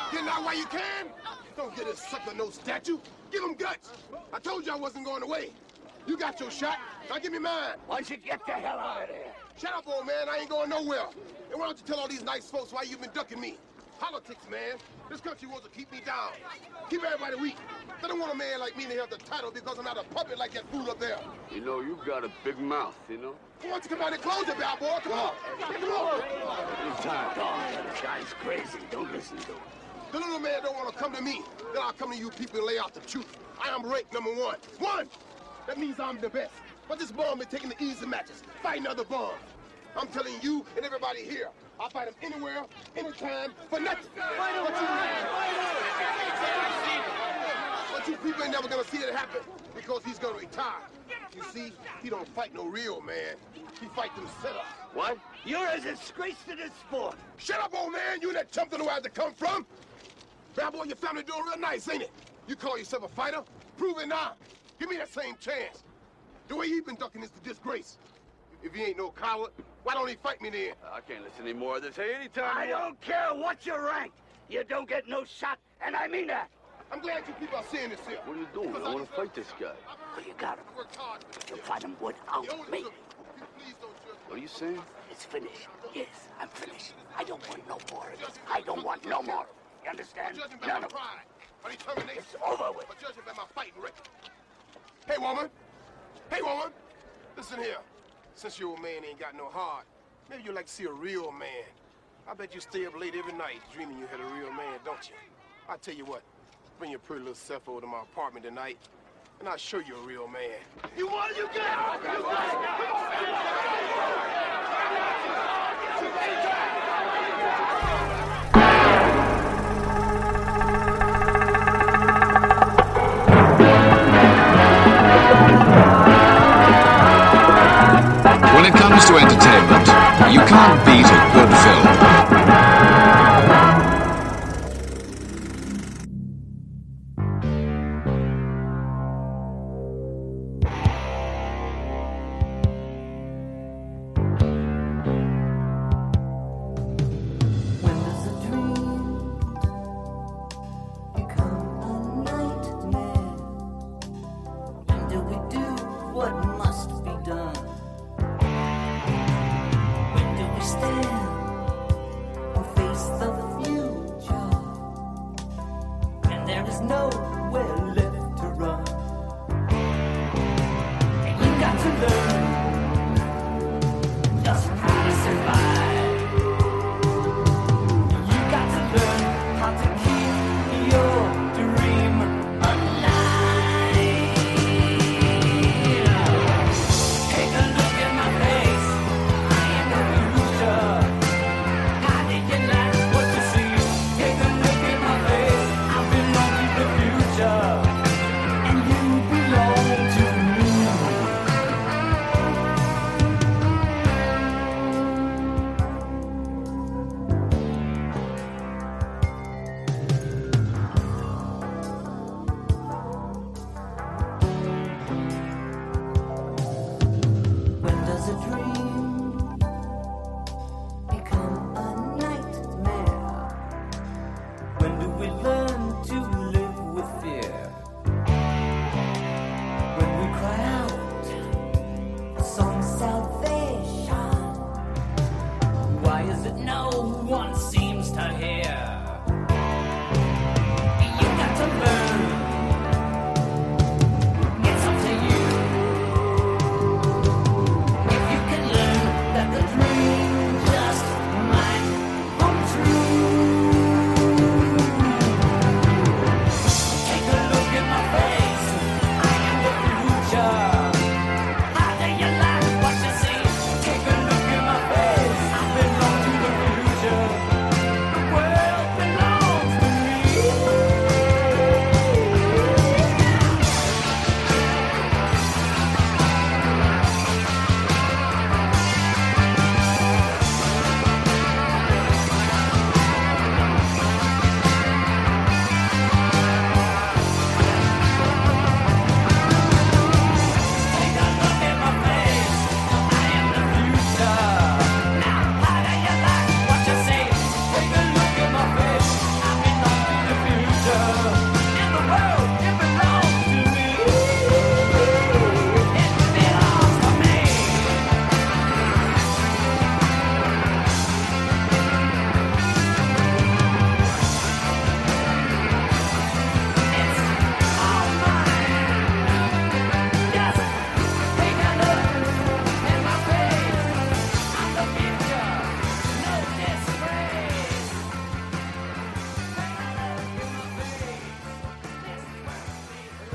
Get out while you can. Don't get this sucker no statue. Give him guts. I told you I wasn't going away. You got your shot. Now give me mine. Why don't you get the hell out of there? Shut up, old man. I ain't going nowhere. And why don't you tell all these nice folks why you've been ducking me? Politics, man. This country wants to keep me down. Keep everybody weak. They don't want a man like me to have the title because I'm not a puppet like that fool up there. You know, you've got a big mouth, you know? Why don't you come out and close it, bad boy? Come on. Come on. It's time. This guy's crazy. Don't listen to him. The little man don't want to come to me. Then I'll come to you people and lay out the truth. I am rank number one. One! That means I'm the best. But this bum been taking the easy matches, fighting other bums. I'm telling you and everybody here, I'll fight him anywhere, anytime, for nothing. But you people ain't never gonna see it happen because he's gonna retire. You see, he don't fight no real man. He fight them setups. What? You're a disgrace to this sport. Shut up, old man. You and that chump don't know where to come from. Bad boy, your family doing real nice, ain't it? You call yourself a fighter? Prove it now. Give me that same chance. The way he been ducking is the disgrace. If he ain't no coward, why don't he fight me then? I can't listen anymore of this. Hey, anytime. I don't care what you rank. You don't get no shot, and I mean that. I'm glad you people are seeing this here. What are you doing? I want to fight this guy. Well, you got him. You fight him without me. What are you saying? It's finished. Yes, I'm finished. I don't want no more of it. I don't want no more. You understand? None of it. It's over with. Judging by my fighting record. Hey, woman. Hey, woman. Listen here. Since your old man ain't got no heart, maybe you'd like to see a real man. I bet you stay up late every night dreaming you had a real man, don't you? I'll tell you what. Bring your pretty little self over to my apartment tonight, and I'll show you a real man. You want it, you get it! When it comes to entertainment, you can't beat a good film. Future.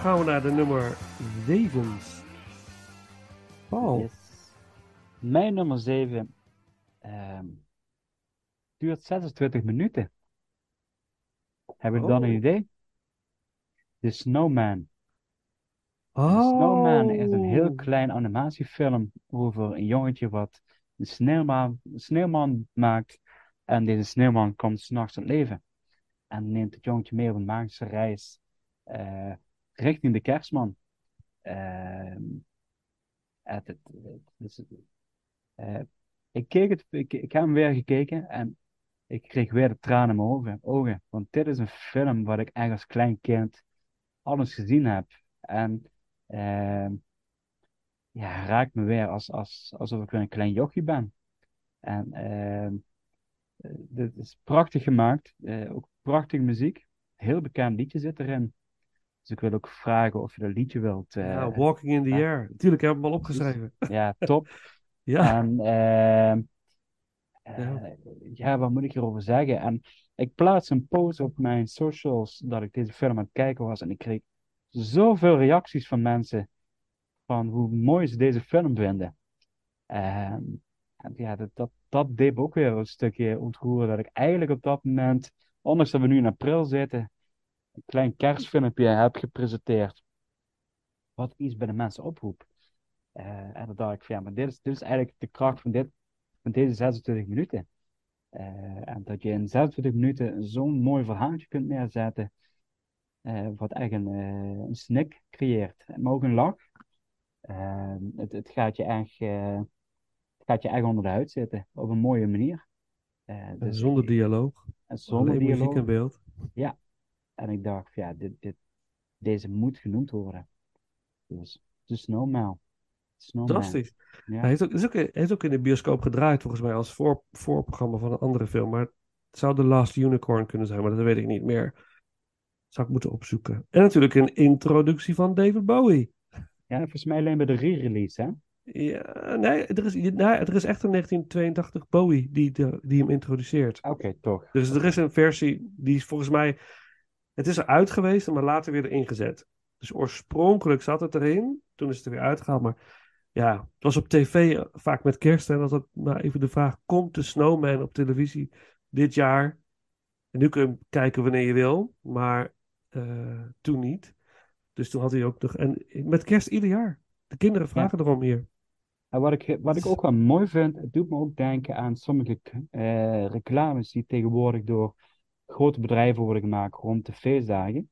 gaan we naar de nummer 7. Paul. Yes. Mijn nummer 7 duurt 26 minuten. Heb je dan een idee? The Snowman. The Snowman is een heel klein animatiefilm over een jongetje wat een sneeuwman maakt. En deze sneeuwman komt 's nachts het leven. En neemt het jongetje mee op een magische reis richting de kerstman. Ik heb hem weer gekeken en ik kreeg weer de tranen in mijn ogen. Want dit is een film wat ik echt als klein kind alles gezien heb. En raakt me weer alsof ik weer een klein jochie ben. En dit is prachtig gemaakt. Ook prachtige muziek. Heel bekend liedje zit erin. Dus ik wil ook vragen of je dat liedje wilt. Walking in the Air. Natuurlijk, heb ik hem al opgeschreven. Ja, top. Ja. En wat moet ik hierover zeggen? En ik plaats een post op mijn socials dat ik deze film aan het kijken was. En ik kreeg zoveel reacties van mensen van hoe mooi ze deze film vinden. En dat deed me ook weer een stukje ontroeren. Dat ik eigenlijk op dat moment, ondanks dat we nu in april zitten, een klein kerstfilmpje heb gepresenteerd. Wat iets bij de mensen oproept. En dan dacht ik van ja, maar dit is eigenlijk de kracht van deze 26 minuten. En dat je in 26 minuten zo'n mooi verhaaltje kunt neerzetten. Wat eigenlijk een snik creëert. Maar ook een lach. Het gaat je echt onder de huid zitten. Op een mooie manier. Dus zonder dialoog. Zonder dialoog. Muziek en beeld. Ja. En ik dacht, ja, deze moet genoemd worden. Dus The Snowman. Fantastisch. Ja. Hij heeft ook in de bioscoop gedraaid, volgens mij, als voorprogramma van een andere film. Maar het zou The Last Unicorn kunnen zijn, maar dat weet ik niet meer. Zou ik moeten opzoeken. En natuurlijk een introductie van David Bowie. Ja, volgens mij alleen bij de re-release, hè? Ja, nee, er is echt een 1982 Bowie die hem introduceert. Oké, toch. Dus er is een versie die is volgens mij... Het is eruit geweest, maar later weer erin gezet. Dus oorspronkelijk zat het erin. Toen is het er weer uitgehaald. Maar ja, het was op tv vaak met kerst. En dat maar even de vraag, komt de Snowman op televisie dit jaar? En nu kun je hem kijken wanneer je wil. Maar toen niet. Dus toen had hij ook nog... En met kerst ieder jaar. De kinderen vragen erom hier. En wat ik ook wel mooi vind, het doet me ook denken aan sommige reclames die tegenwoordig door grote bedrijven worden gemaakt rond de feestdagen.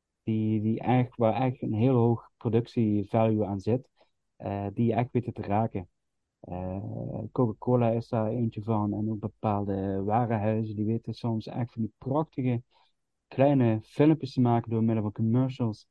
Waar echt een heel hoog productievalue aan zit. Die je echt weten te raken. Coca-Cola is daar eentje van. En ook bepaalde warenhuizen die weten soms echt van die prachtige kleine filmpjes te maken door middel van commercials.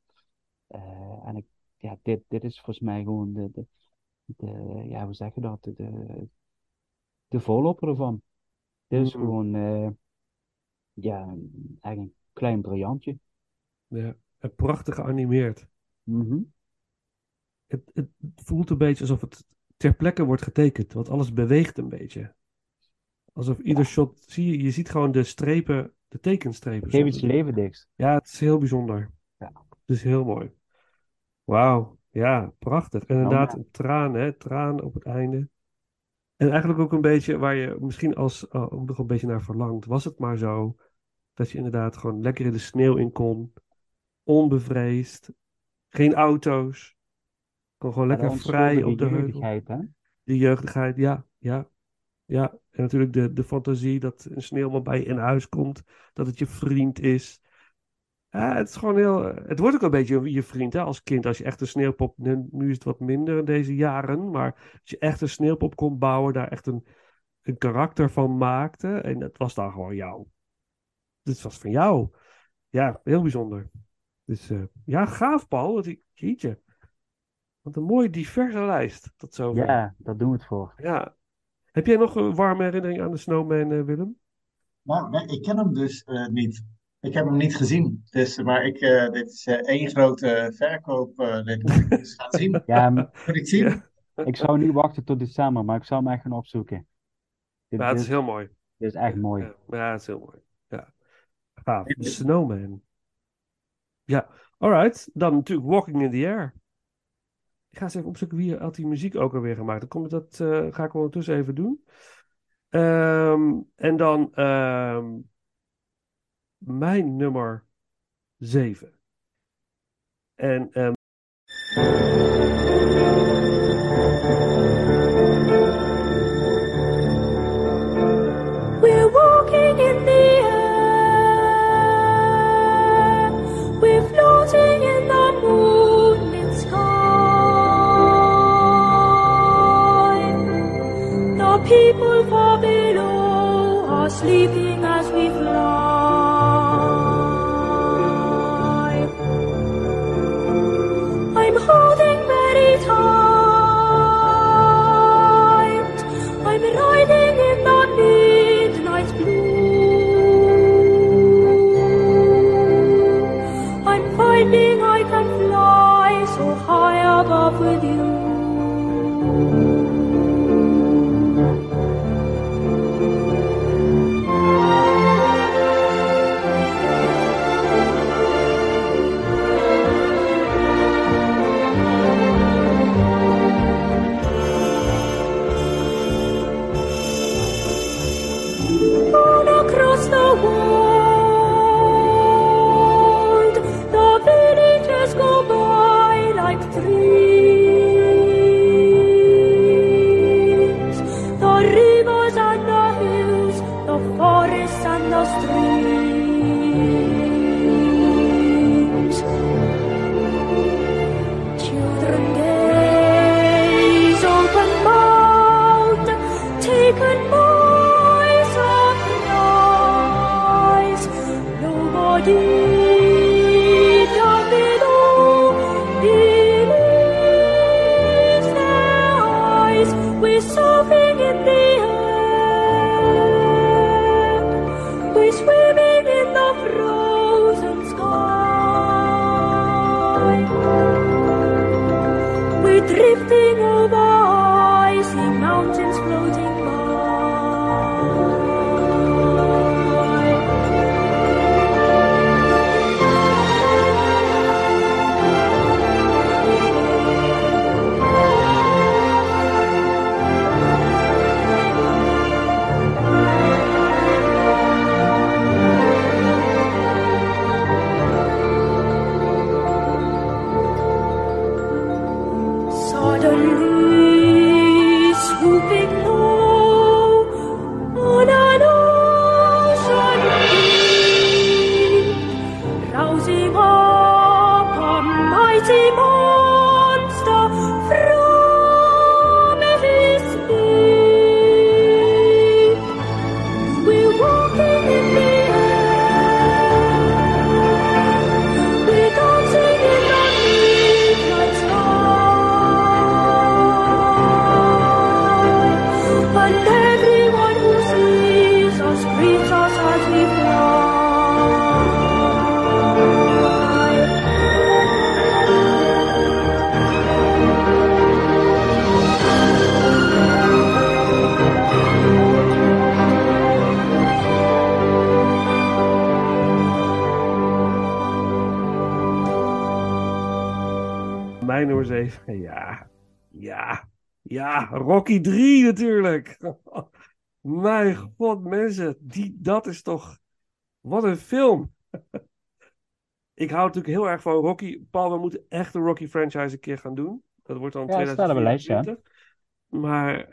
Dit is volgens mij gewoon hoe zeg je dat? De voorloper ervan. Dit is gewoon eigenlijk een klein briljantje. Ja, en prachtig geanimeerd. Mm-hmm. Het voelt een beetje alsof het ter plekke wordt getekend, want alles beweegt een beetje. Alsof ieder shot, je ziet gewoon de strepen, de tekenstrepen. Geef iets levendigs. Ja, het is heel bijzonder. Ja. Het is heel mooi. Wauw, ja, prachtig. En inderdaad, een traan op het einde. En eigenlijk ook een beetje waar je misschien ook nog een beetje naar verlangt. Was het maar zo dat je inderdaad gewoon lekker in de sneeuw in kon. Onbevreesd. Geen auto's. Kon gewoon lekker vrij op de jeugdigheid, hè? Die jeugdigheid, ja. En natuurlijk de fantasie dat een sneeuwman bij je in huis komt. Dat het je vriend is. Ja, het is gewoon heel... Het wordt ook een beetje je vriend, hè, als kind. Als je echt een sneeuwpop... Nu is het wat minder in deze jaren. Maar als je echt een sneeuwpop kon bouwen, daar echt een karakter van maakte. En dat was dan gewoon jou. Dit was van jou. Ja, heel bijzonder. Dus gaaf, Paul. Jeetje. Wat een mooie diverse lijst. Tot zover. Ja, daar doen we het voor. Ja. Heb jij nog een warme herinnering aan de Snowman, Willem? Nou, nee, ik ken hem dus niet. Ik heb hem niet gezien. Dus, maar dit is één grote verkoop. Dit moet ik dus gaan zien. Ja, moet ik zien? Ja. Ik zou niet wachten tot december, maar ik zou hem echt gaan opzoeken. Het is heel mooi. Dit is echt mooi. Ja, het is heel mooi. Ja. Gaaf. De Snowman. Ja, alright. Dan natuurlijk Walking in the Air. Ik ga eens even opzoeken wie had die muziek ook alweer gemaakt. Dat ga ik ondertussen even doen. En dan mijn nummer 7. En we're walking in the air. We're floating in the moonlit sky. The people far below are sleeping as we fly. I'm holding very tight. I'm riding in the midnight blue. I'm finding I can fly so high above with you. All across the world, the villages go by like dreams. The rivers and the hills, the forests and the streams. Children gaze open mouthed, taken by surprise. Nobody down below believes their eyes. We're surfing in the air. We're swimming in the frozen sky. We're drifting over icy mountains floating by. Suddenly swooping low on an ocean deep, rousing up a mighty monster from his sleep. We're walking in the air. We're dancing in the midnight sky. And everyone who sees us greets us as we fly. mijn nummer 7. Ja, Rocky 3 natuurlijk. Mijn god, mensen, dat is toch... Wat een film. Ik hou natuurlijk heel erg van Rocky. Paul, we moeten echt de Rocky franchise een keer gaan doen. Dat wordt dan Ja, staat op een lijstje. 2024. Maar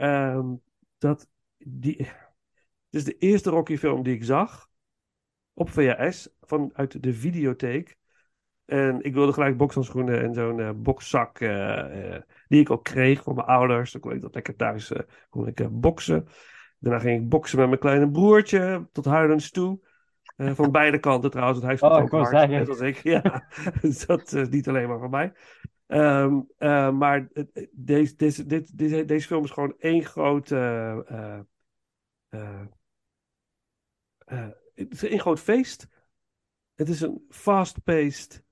het is de eerste Rocky film die ik zag. Op VHS. Vanuit de videotheek. En ik wilde gelijk bokshandschoenen en zo'n bokszak die ik ook kreeg van mijn ouders. Dan kon ik dat lekker thuis boksen. Daarna ging ik boksen met mijn kleine broertje tot huilens toe. Van beide kanten trouwens, want hij is ook hard. Net als ik. Ja, dat is niet alleen maar van mij. Maar deze film is gewoon één groot... het is één groot feest. Het is een fast-paced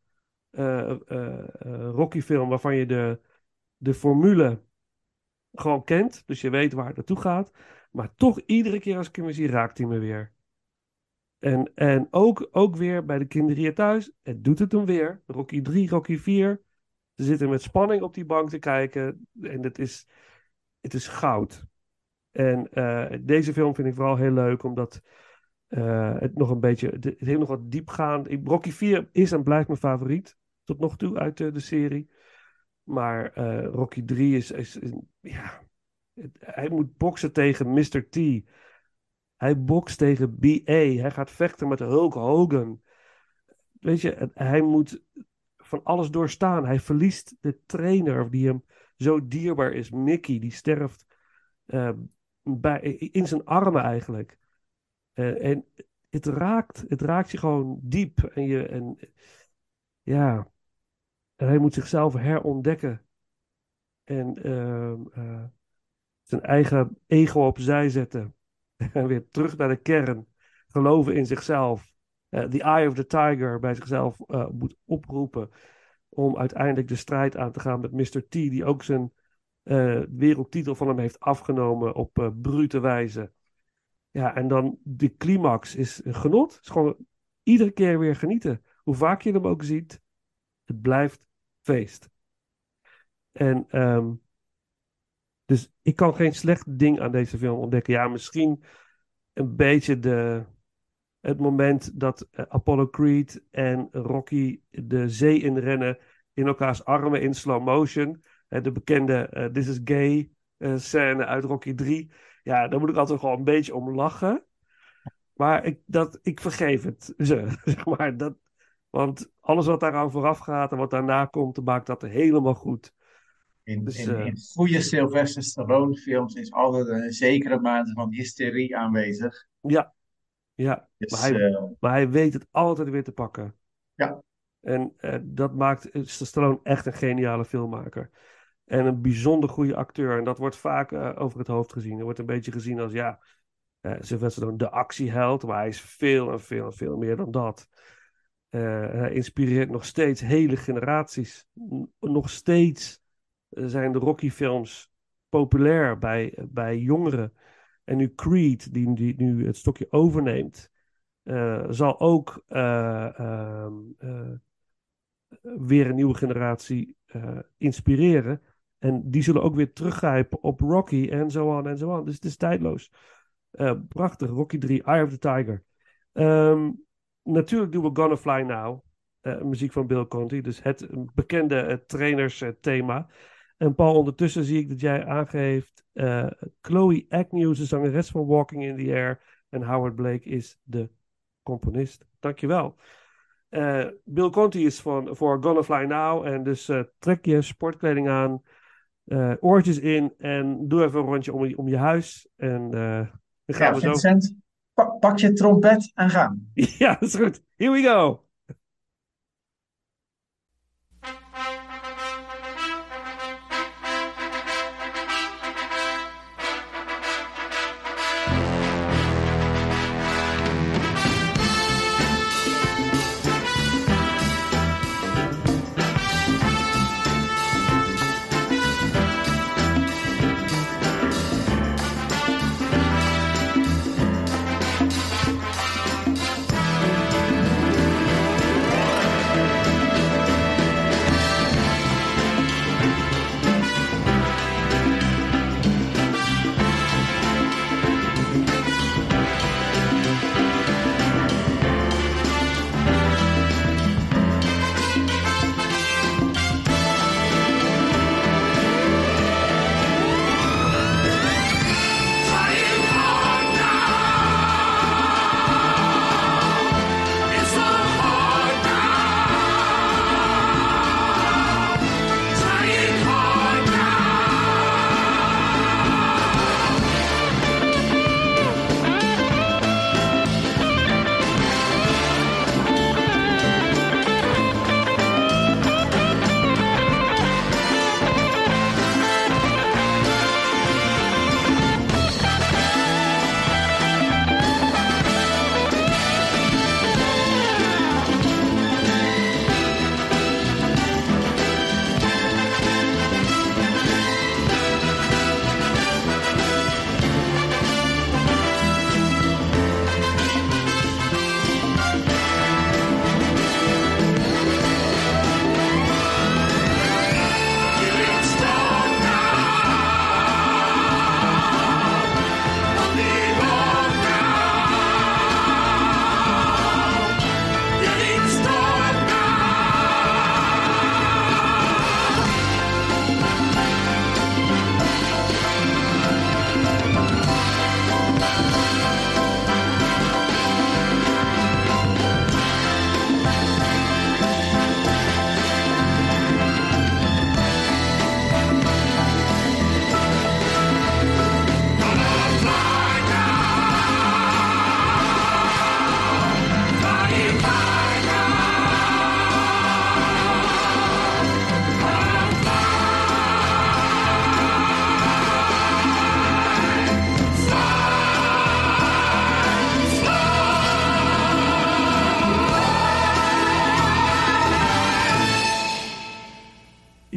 Rocky film waarvan je de formule gewoon kent. Dus je weet waar het naartoe gaat. Maar toch iedere keer als ik hem zie, raakt hij me weer. En ook weer bij de kinderen hier thuis. Het doet het hem weer. Rocky 3, Rocky 4. Ze zitten met spanning op die bank te kijken. En het is goud. En deze film vind ik vooral heel leuk. Omdat het nog een beetje... Het heeft nog wat diepgaand. Rocky 4 is en blijft mijn favoriet. Tot nog toe uit de serie. Maar Rocky 3 is ja... Hij moet boksen tegen Mr. T. Hij bokst tegen B.A. Hij gaat vechten met Hulk Hogan. Weet je, hij moet van alles doorstaan. Hij verliest de trainer die hem zo dierbaar is. Mickey, die sterft in zijn armen eigenlijk. En het raakt je gewoon diep. En hij moet zichzelf herontdekken. En zijn eigen ego opzij zetten. En weer terug naar de kern. Geloven in zichzelf. The Eye of the Tiger bij zichzelf moet oproepen. Om uiteindelijk de strijd aan te gaan met Mr. T. Die ook zijn wereldtitel van hem heeft afgenomen op brute wijze. Ja, en dan de climax is genot. Het is gewoon iedere keer weer genieten. Hoe vaak je hem ook ziet. Het blijft feest. En dus ik kan geen slecht ding aan deze film ontdekken. Ja, misschien een beetje het moment dat Apollo Creed en Rocky de zee inrennen in elkaars armen in slow motion. De bekende This is Gay scène uit Rocky 3. Ja, daar moet ik altijd gewoon een beetje om lachen. Maar ik vergeef het ze, zeg maar. Want alles wat daaraan vooraf gaat en wat daarna komt, maakt dat helemaal goed. In goede Sylvester Stallone films is altijd een zekere mate van hysterie aanwezig. Ja. Dus, maar hij weet het altijd weer te pakken. Ja. En dat maakt Stallone echt een geniale filmmaker. En een bijzonder goede acteur. En dat wordt vaak over het hoofd gezien. Er wordt een beetje gezien als, Sylvester Stallone de actieheld. Maar hij is veel en veel en veel meer dan dat. Hij inspireert nog steeds hele generaties. Nog steeds zijn de Rocky-films populair bij jongeren. En nu Creed, die nu het stokje overneemt, zal ook weer een nieuwe generatie inspireren. En die zullen ook weer teruggrijpen op Rocky en zo aan en zo aan. Dus het is tijdloos. Prachtig, Rocky 3, Eye of the Tiger. Natuurlijk doen we Gonna Fly Now. Muziek van Bill Conti. Dus het bekende trainersthema. En Paul, ondertussen zie ik dat jij aangeeft... Chloe Agnew, de zangeres van Walking in the Air. En Howard Blake is de componist. Dankjewel. Bill Conti is voor Gonna Fly Now. En dus trek je sportkleding aan. Oortjes in. En doe even een rondje om je huis. En dan gaan we Vincent, zo... Pak je trompet en gaan. Ja, dat is goed. Here we go.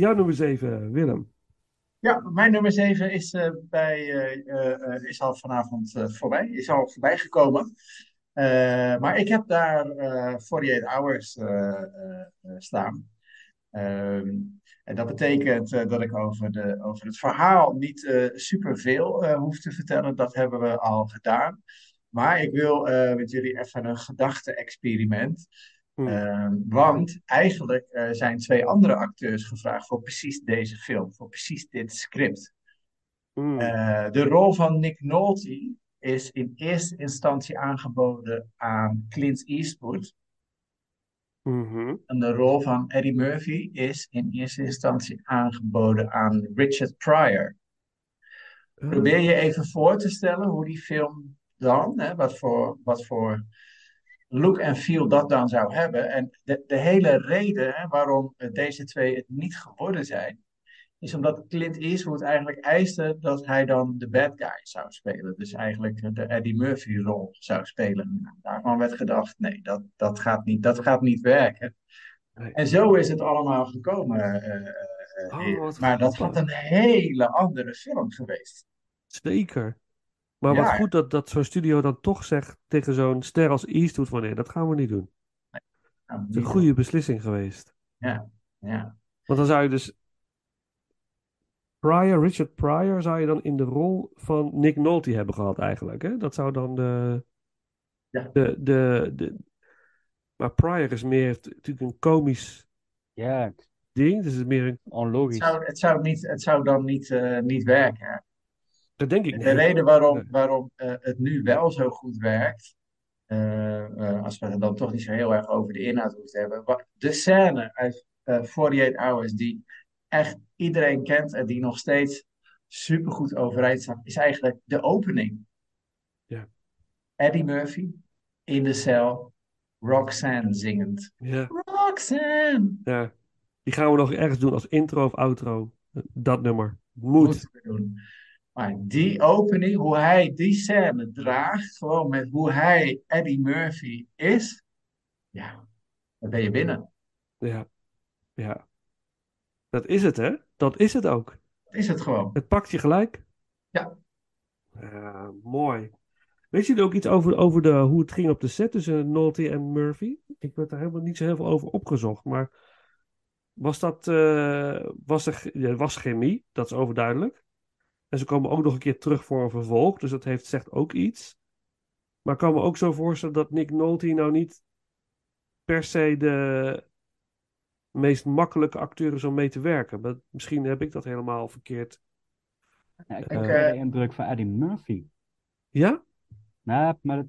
jouw nummer 7, Willem. Ja, mijn nummer 7 is, is al vanavond voorbij. Is al voorbij gekomen. Maar ik heb daar 48 Hours staan. En dat betekent dat ik over het verhaal niet superveel hoef te vertellen. Dat hebben we al gedaan. Maar ik wil met jullie even een gedachte-experiment. Want eigenlijk zijn 2 andere acteurs gevraagd voor precies deze film, voor precies dit script. De rol van Nick Nolte is in eerste instantie aangeboden aan Clint Eastwood. En de rol van Eddie Murphy is in eerste instantie aangeboden aan Richard Pryor. Probeer je even voor te stellen hoe die film dan, hè, wat voor look en feel dat dan zou hebben. En de hele reden waarom deze 2 het niet geworden zijn, is omdat Clint Eastwood eigenlijk eiste dat hij dan de bad guy zou spelen. Dus eigenlijk de Eddie Murphy rol zou spelen. Nou, daarvan werd gedacht, nee, dat gaat niet werken. Nee. En zo is het allemaal gekomen. Maar dat had een hele andere film geweest. Zeker. Maar Ja. wat goed dat zo'n studio dan toch zegt tegen zo'n ster als Eastwood van nee, dat gaan we niet doen. Nou, Het is een goede beslissing geweest. Ja. Want dan zou je dus Richard Pryor zou je dan in de rol van Nick Nolte hebben gehad eigenlijk. Hè? Dat zou dan Ja. Maar Pryor is meer natuurlijk een komisch ding. Dus het is meer een onlogisch. Het zou dan niet werken. Dat denk ik niet. De reden waarom het nu wel zo goed werkt, als we het dan toch niet zo heel erg over de inhoud hoeven te hebben. De scène uit 48 Hours die echt iedereen kent en die nog steeds supergoed overeind staat, is eigenlijk de opening. Ja. Eddie Murphy in de cel, Roxanne zingend. Ja. Roxanne! Ja. Die gaan we nog ergens doen als intro of outro. Dat nummer. Moeten we doen. Maar die opening, hoe hij die scène draagt, gewoon met hoe hij Eddie Murphy is, ja, dan ben je binnen. Ja. Dat is het, hè? Dat is het ook. Dat is het gewoon. Het pakt je gelijk. Ja. Mooi. Weet je er ook iets over hoe het ging op de set tussen Nolte en Murphy? Ik werd daar helemaal niet zo heel veel over opgezocht, maar was er was chemie, dat is overduidelijk. En ze komen ook nog een keer terug voor een vervolg, dus dat zegt ook iets. Maar ik kan me ook zo voorstellen dat Nick Nolte nou niet per se de meest makkelijke acteur is om mee te werken. Maar misschien heb ik dat helemaal verkeerd. Ja, ik heb de indruk van Eddie Murphy. Ja? Nou, maar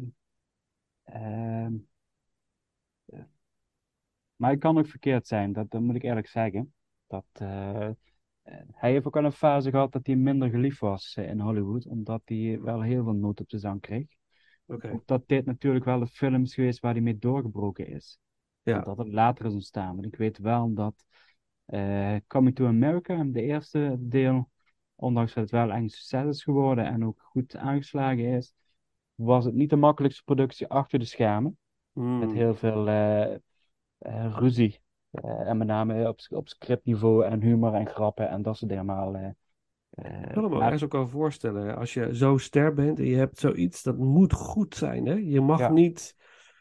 maar het kan ook verkeerd zijn, dat moet ik eerlijk zeggen. Hij heeft ook al een fase gehad dat hij minder geliefd was in Hollywood, omdat hij wel heel veel nood op de zang kreeg. Okay. Ook dat dit natuurlijk wel de film is geweest waar hij mee doorgebroken is. Ja. Dat het later is ontstaan. Want ik weet wel dat Coming to America, de eerste deel, ondanks dat het wel een succes is geworden en ook goed aangeslagen is, was het niet de makkelijkste productie achter de schermen. Met heel veel ruzie. En met name op scriptniveau en humor en grappen en dat soort dingen allemaal. Ik kan me ergens ook wel voorstellen. Als je zo ster bent en je hebt zoiets, dat moet goed zijn. Hè? Je mag niet...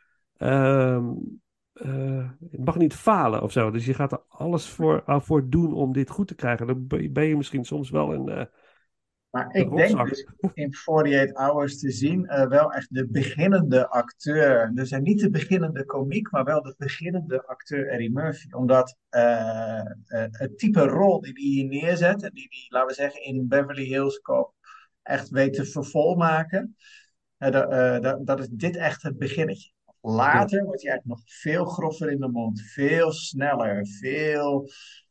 het mag niet falen of zo. Dus je gaat er alles voor doen om dit goed te krijgen. Dan ben je misschien soms wel een... Maar ik denk dus in 48 Hours te zien wel echt de beginnende acteur. Dus niet de beginnende komiek, maar wel de beginnende acteur Eddie Murphy. Omdat het type rol die hij hier neerzet en die hij, laten we zeggen, in Beverly Hills Cop echt weet te vervolmaken. Dat is dit echt het beginnetje. Later wordt hij eigenlijk nog veel groffer in de mond, veel sneller, veel...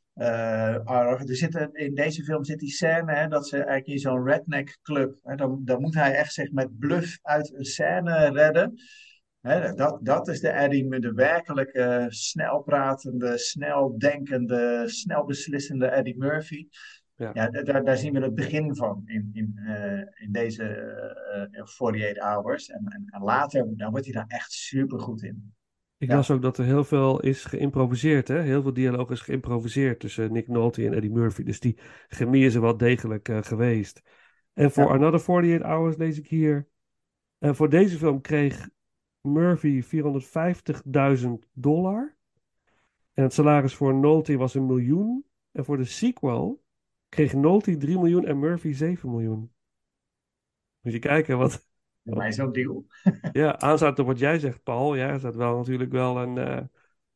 in deze film zit die scène dat ze eigenlijk in zo'n redneck club, dan moet hij echt zich met bluff uit een scène redden. Dat is de Eddie met de werkelijke snel pratende, snel denkende, snel beslissende Eddie Murphy. Ja, daar zien we het begin van in deze 48 Hours. En later dan wordt hij daar echt super goed in. Ik Ja. las ook dat er heel veel is geïmproviseerd, hè? Heel veel dialoog is geïmproviseerd tussen Nick Nolte en Eddie Murphy. Dus die chemie is er wel degelijk geweest. En voor Ja. Another 48 Hours lees ik hier. Voor deze film kreeg Murphy $450.000. En het salaris voor Nolte was $1 miljoen. En voor de sequel kreeg Nolte $3 miljoen en Murphy $7 miljoen. Moet je kijken wat... Bij mij is ook deal. Ja, aansluit op wat jij zegt, Paul. Ja, is dat wel natuurlijk wel een...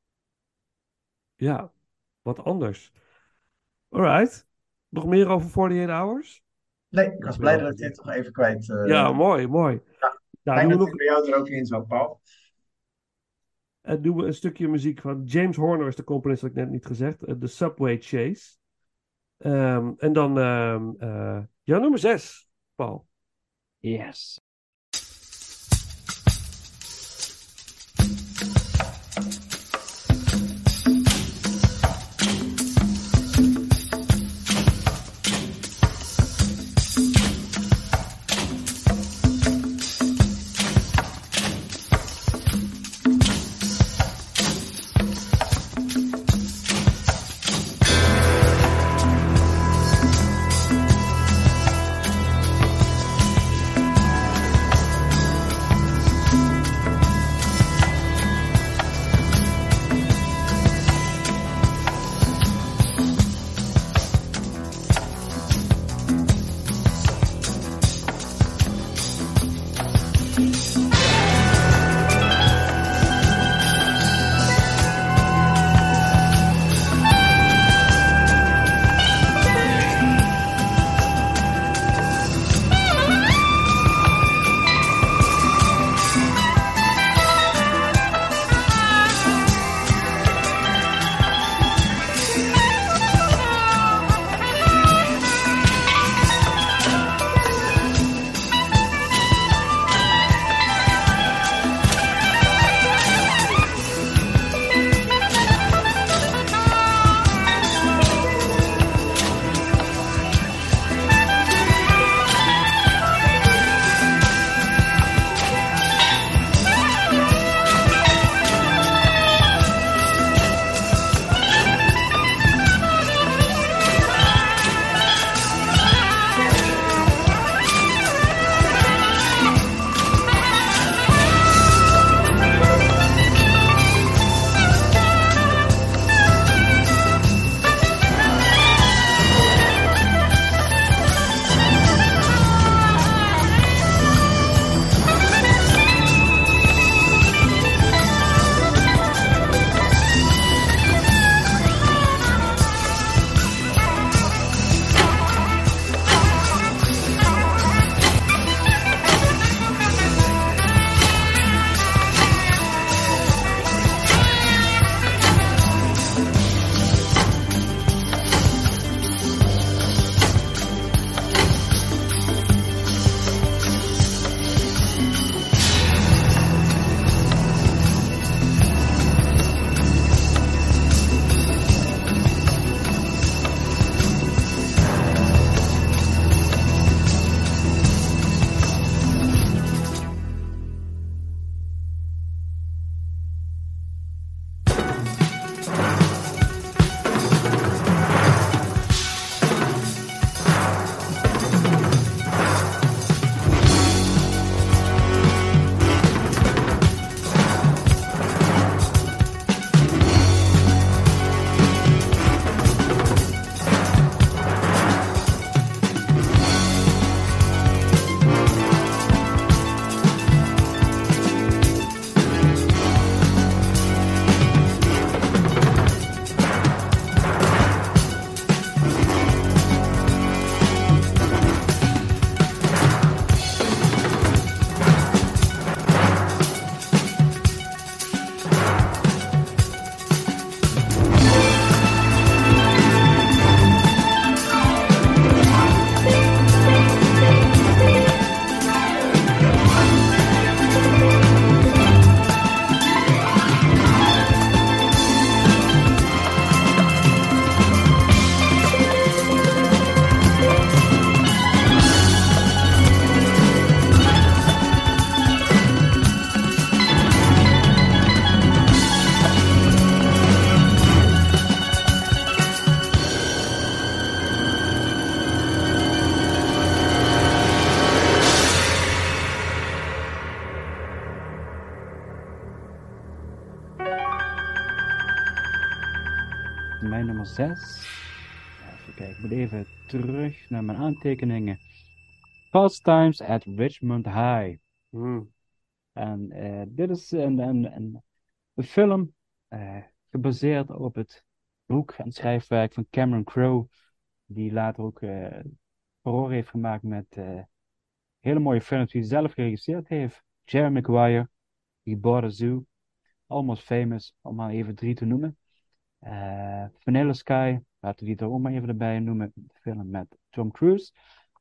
ja, wat anders. Alright. Nog meer over 48 Hours? Nee, ik was blij dat ik dit toch even kwijt. Ja, mooi, mooi. Nou, Fijn doen we dat nog ik bij jou er ook in zat, Paul. doen we een stukje muziek van James Horner, is de componist, dat ik net niet gezegd. The Subway Chase. En dan jouw nummer 6, Paul. Yes. mijn nummer 6. Even kijken, ik moet even terug naar mijn aantekeningen. Fast Times at Richmond High. En dit is een film gebaseerd op het boek en schrijfwerk van Cameron Crowe, die later ook furore heeft gemaakt met hele mooie films die hij zelf geregisseerd heeft. Jerry Maguire, He Bought a Zoo, Almost Famous, om maar even 3 te noemen. Vanilla Sky, laten we die er ook maar even erbij noemen, de film met Tom Cruise.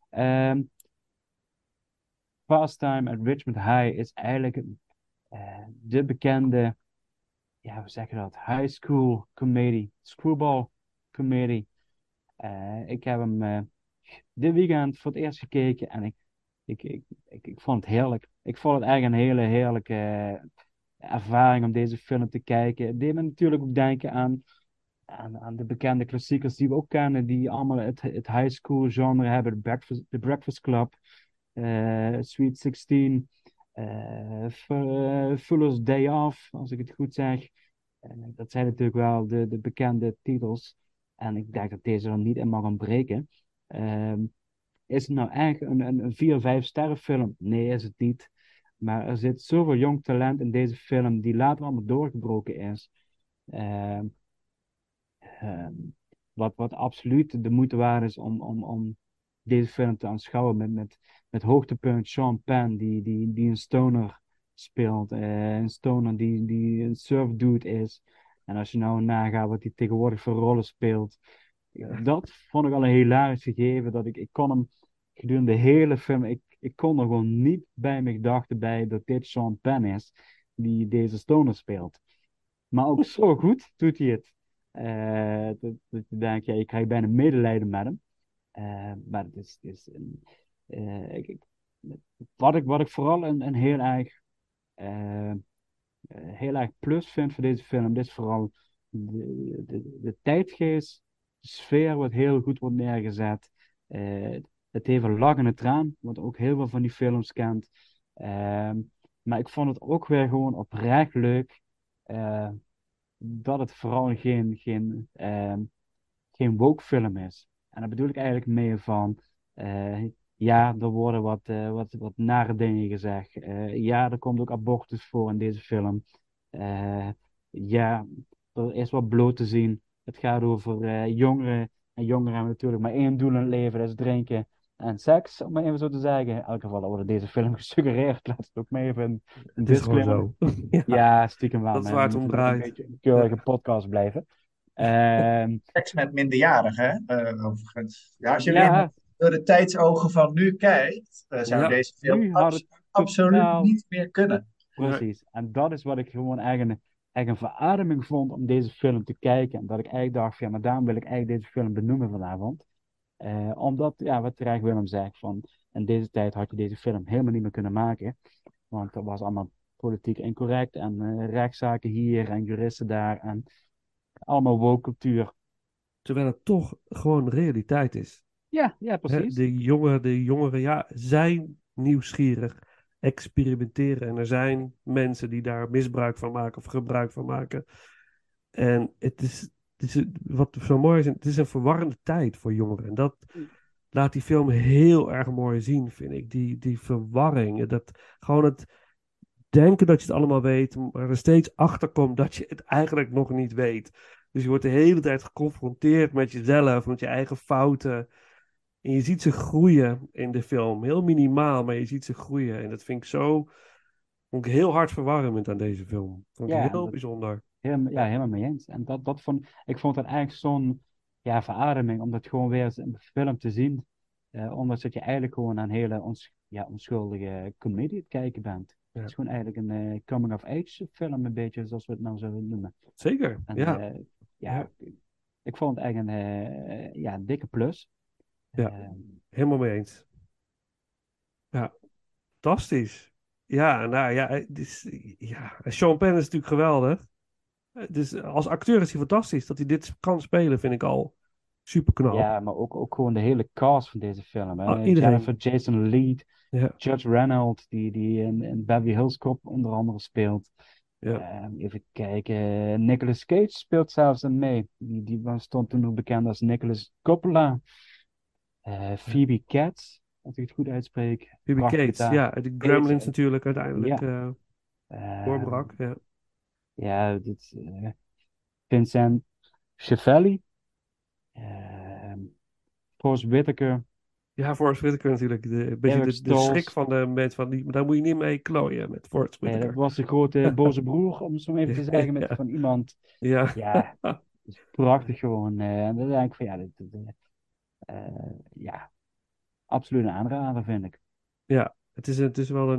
Fast Time at Richmond High is eigenlijk de bekende, ja, hoe zeg je dat, high school comedy, screwball comedy. Ik heb hem dit weekend voor het eerst gekeken en ik vond het heerlijk. Ik vond het eigenlijk een hele heerlijke ervaring om deze film te kijken. Het deed me natuurlijk ook denken aan de bekende klassiekers die we ook kennen, die allemaal het high school genre hebben. The Breakfast Club, Sweet 16, Fuller's Day Off, als ik het goed zeg. Dat zijn natuurlijk wel de bekende titels. En ik denk dat deze er niet in mag ontbreken. Is het nou eigenlijk een 4-5 sterren film? Nee, is het niet. Maar er zit zoveel jong talent in deze film die later allemaal doorgebroken is. Wat absoluut de moeite waard is om deze film te aanschouwen. Met hoogtepunt Sean Penn, die een stoner speelt. Een stoner die een surfdude is. En als je nou nagaat wat hij tegenwoordig voor rollen speelt. Dat vond ik al een hilarisch gegeven. Dat ik kon hem gedurende de hele film. Ik kon er gewoon niet bij me gedachten bij dat dit Sean Penn is. Die deze stoner speelt. Maar ook zo goed doet hij het. Dat je denkt, ja, je krijgt bijna medelijden met hem. Maar het is wat ik vooral een heel erg plus vind voor deze film, dit is vooral de tijdgeest, de sfeer wat heel goed wordt neergezet. Het heeft een lach en een traan, wat ook heel veel van die films kent. Maar ik vond het ook weer gewoon oprecht leuk. Dat het vooral geen woke film is. En daar bedoel ik eigenlijk mee van, ja, er worden wat nare dingen gezegd. Ja, er komt ook abortus voor in deze film. Ja, er is wat bloot te zien. Het gaat over jongeren. En jongeren hebben natuurlijk maar één doel in het leven, dat is drinken en seks, om maar even zo te zeggen. In elk geval wordt deze film gesuggereerd. Laat het ook maar even een Het is gewoon disclaimer. zo. Ja, stiekem wel. Dat is hè. waar het We om moeten draait. een beetje een keurige podcast blijven. Seks met minderjarigen, overigens. Ja, als je weer Ja, door de tijdsogen van nu kijkt, zou Ja. deze film nu had het absoluut totaal- niet meer kunnen. precies. En dat is wat ik gewoon eigenlijk een verademing vond om deze film te kijken. En dat ik eigenlijk dacht, van, ja, maar daarom wil ik eigenlijk deze film benoemen vanavond. Omdat, ja, wat terecht Willem zegt, van in deze tijd had je deze film helemaal niet meer kunnen maken. Want dat was allemaal politiek incorrect en rechtszaken hier en juristen daar en allemaal woke cultuur. Terwijl het toch gewoon realiteit is. Ja, Hè, precies. de jongeren ja, zijn nieuwsgierig, experimenteren. En er zijn mensen die daar misbruik van maken of gebruik van maken. En het is wat zo mooi is, het is een verwarrende tijd voor jongeren. En dat laat die film heel erg mooi zien, vind ik. Die verwarring. Gewoon het denken dat je het allemaal weet, maar er steeds achter komt dat je het eigenlijk nog niet weet. Dus je wordt de hele tijd geconfronteerd met jezelf, met je eigen fouten. En je ziet ze groeien in de film. Heel minimaal, maar je ziet ze groeien. En dat vond ik heel hard verwarrend aan deze film. Vond ik Ja, heel dat- bijzonder. helemaal mee eens. En ik vond het eigenlijk zo'n verademing om dat gewoon weer eens in de film te zien. Omdat dat je eigenlijk gewoon aan een hele onschuldige comedie aan het kijken bent. Ja. Het is gewoon eigenlijk een coming-of-age film, een beetje zoals we het nou zouden noemen. Zeker, En, ja. ja, ik vond het eigenlijk een dikke plus. Ja. Eh, Helemaal mee eens. Ja, fantastisch. Ja, nou ja, Sean Penn is natuurlijk geweldig. Dus als acteur is hij fantastisch. Dat hij dit kan spelen, vind ik al super knap. ja, maar ook gewoon de hele cast van deze film. Hè. Iedereen. Jennifer Jason Leigh, Ja. Judge Reynolds, die in Beverly Hills Cop onder andere speelt. Ja. Even kijken. Nicolas Cage speelt zelfs in mee. Stond toen nog bekend als Nicolas Coppola. Phoebe Cates, als ik het goed uitspreek. Phoebe Prachtige Cates, taal. ja. De Gremlins Cates, natuurlijk uiteindelijk ja. doorbrak. Ja. Ja, Vincent Schiavelli. Forrest Whitaker. Ja, Forrest Whitaker natuurlijk. Een beetje Eric de Stoltz. schrik van de mensen. Daar moet je niet mee klooien met Forrest Whitaker. Dat was de grote boze broer, om het zo even te zeggen, Ja. van iemand. Ja. Ja, het is prachtig gewoon. En dan denk ik van, ja, absoluut een aanrader, vind ik. Ja, het is wel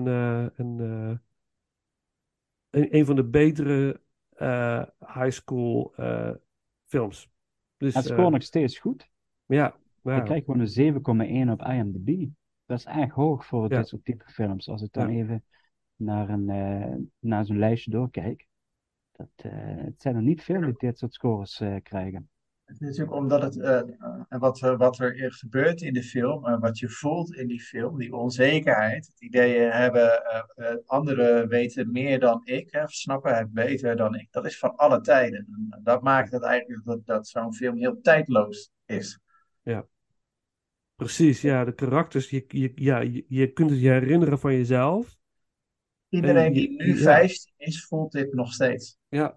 een van de betere high school films. Dus, Het scoort nog steeds goed. Ja. Ik krijg gewoon een 7,1 op IMDb. Dat is erg hoog voor dit soort type films. Als ik dan even naar zo'n lijstje doorkijk. Het zijn er niet veel die dit soort scores krijgen. Het is natuurlijk omdat wat er eerst gebeurt in de film, wat je voelt in die film, die onzekerheid, het idee hebben, anderen weten meer dan ik, of snappen het beter dan ik, dat is van alle tijden. En dat maakt het eigenlijk dat zo'n film heel tijdloos is. Ja. Precies, ja, de karakters, je kunt het je herinneren van jezelf. Iedereen die nu 15 is, voelt dit nog steeds. Ja.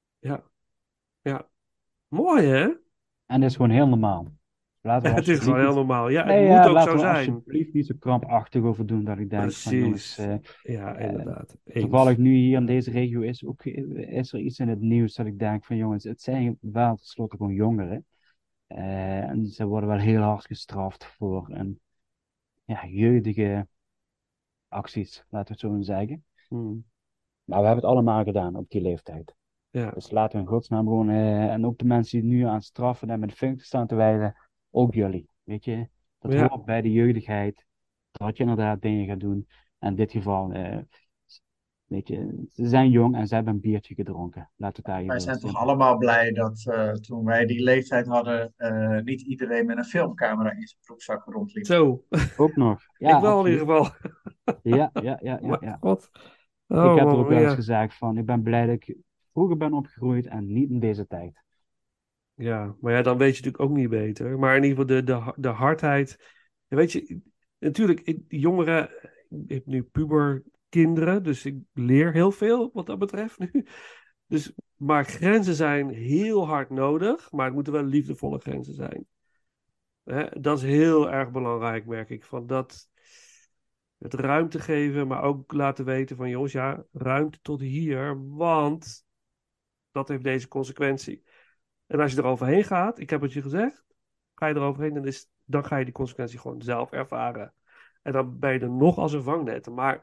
Mooi, hè? En dat is gewoon heel normaal. Het is gewoon heel normaal. Ja, Nee, het moet ook zo laten we zijn. alsjeblieft niet zo krampachtig over doen dat ik denk van jongens, ja, inderdaad. toevallig nu hier in deze regio is er iets in het nieuws dat ik denk van jongens, het zijn wel tenslotte gewoon jongeren. En ze worden wel heel hard gestraft voor jeugdige acties, laten we het zo zeggen. Maar we hebben het allemaal gedaan op die leeftijd. Ja. Dus laten we in godsnaam gewoon, en ook de mensen die nu aan het straffen en met de vinger staan te wijzen, ook jullie, weet je. Dat hoort bij de jeugdigheid, dat je inderdaad dingen gaat doen. En in dit geval, weet je, ze zijn jong en ze hebben een biertje gedronken. Laten we het daar Wij zijn toch allemaal blij dat toen wij die leeftijd hadden, niet iedereen met een filmcamera in zijn broekzak rondliep. Zo. Ook nog. Ja, ik wel in ieder geval. Ja. God. Ik heb er ook wel eens gezegd van, ik ben blij dat ik vroeger ben opgegroeid en niet in deze tijd. Ja, maar ja, dan weet je natuurlijk ook niet beter. Maar in ieder geval de hardheid. Weet je, natuurlijk, jongeren, ik heb nu puberkinderen, dus ik leer heel veel wat dat betreft nu. Dus, maar grenzen zijn heel hard nodig, maar het moeten wel liefdevolle grenzen zijn. Dat is heel erg belangrijk, merk ik. Van dat, het ruimte geven, maar ook laten weten van jongens, ja, ruimte tot hier, want dat heeft deze consequentie. En als je eroverheen gaat, ik heb het je gezegd, ga je eroverheen, dan ga je die consequentie gewoon zelf ervaren. En dan ben je er nog als een vangnet. Maar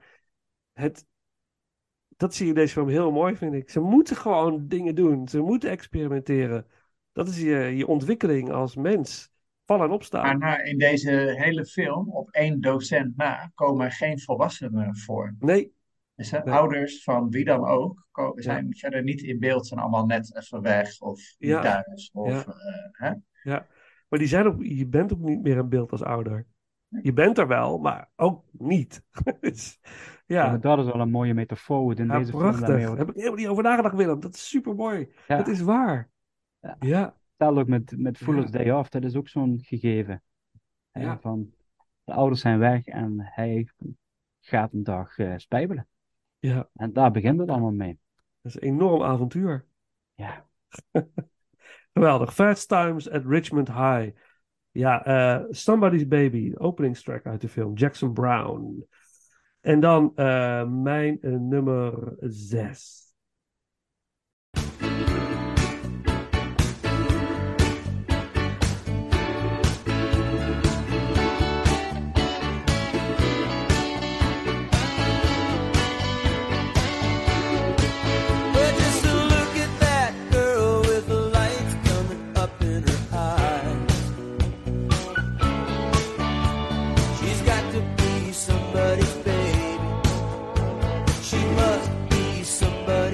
dat zie je in deze film heel mooi, vind ik. Ze moeten gewoon dingen doen. Ze moeten experimenteren. Dat is je ontwikkeling als mens. Vallen en opstaan. Maar in deze hele film, op 1 docent na, komen geen volwassenen voor. Nee. Dus ouders van wie dan ook zijn verder niet in beeld, zijn allemaal net even weg of niet thuis. Ja, maar je bent ook niet meer in beeld als ouder. Je bent er wel, maar ook niet. Dus, maar dat is wel een mooie metafoor in deze prachtig. film. Daar heb ik helemaal niet over nagedacht, Willem. Dat is super mooi. Ja. Dat is waar. Ja. Stel ook met Fuller's Day Off, dat is ook zo'n gegeven. Van, de ouders zijn weg en hij gaat een dag spijbelen. Ja. En daar begint het allemaal mee. Dat is een enorm avontuur. Ja. Geweldig. Fast Times at Richmond High. Ja, Somebody's Baby, openingstrack uit de film. Jackson Browne. En dan mijn nummer 6. Somebody's baby. She must be somebody.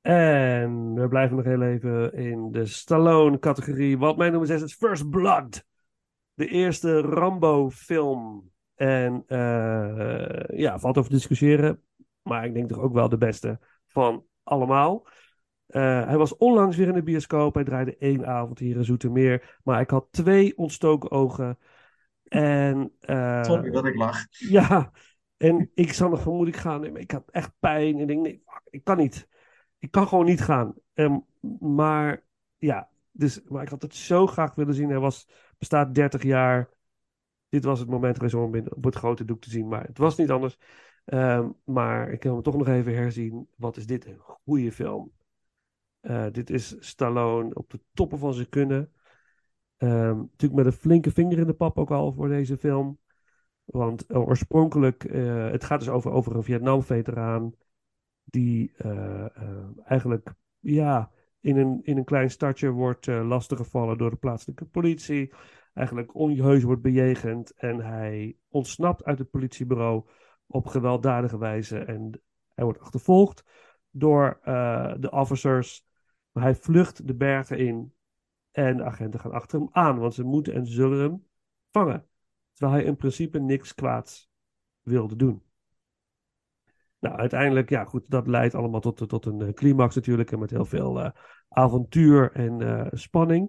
En we blijven nog heel even in de Stallone-categorie. Want mijn nummer 6 is First Blood. De eerste Rambo-film. En ja, valt over te discussiëren. Maar ik denk toch ook wel de beste van allemaal. Hij was onlangs weer in de bioscoop. Hij draaide 1 avond hier in Zoetermeer. Maar ik had 2 ontstoken ogen. En Sorry dat ik lach. ja, en ik zat nog van, moet ik gaan? Nee, maar ik had echt pijn. En ik denk, nee, fuck, ik kan niet. Ik kan gewoon niet gaan. Maar ja, maar ik had het zo graag willen zien. Bestaat 30 jaar. Dit was het moment geweest om hem op het grote doek te zien. Maar het was niet anders. Maar ik wil hem toch nog even herzien. Wat is dit een goede film. Dit is Stallone op de toppen van zijn kunnen. Natuurlijk met een flinke vinger in de pap ook al voor deze film. Want oorspronkelijk, het gaat dus over een Vietnam-veteraan die eigenlijk ja, in een klein stadje wordt lastiggevallen door de plaatselijke politie. Eigenlijk onheus wordt bejegend en hij ontsnapt uit het politiebureau op gewelddadige wijze. En hij wordt achtervolgd door de officers. Maar hij vlucht de bergen in en de agenten gaan achter hem aan, want ze moeten en zullen hem vangen. Terwijl hij in principe niks kwaads wilde doen. Nou, uiteindelijk, ja goed, dat leidt allemaal tot een climax natuurlijk. En met heel veel avontuur en spanning.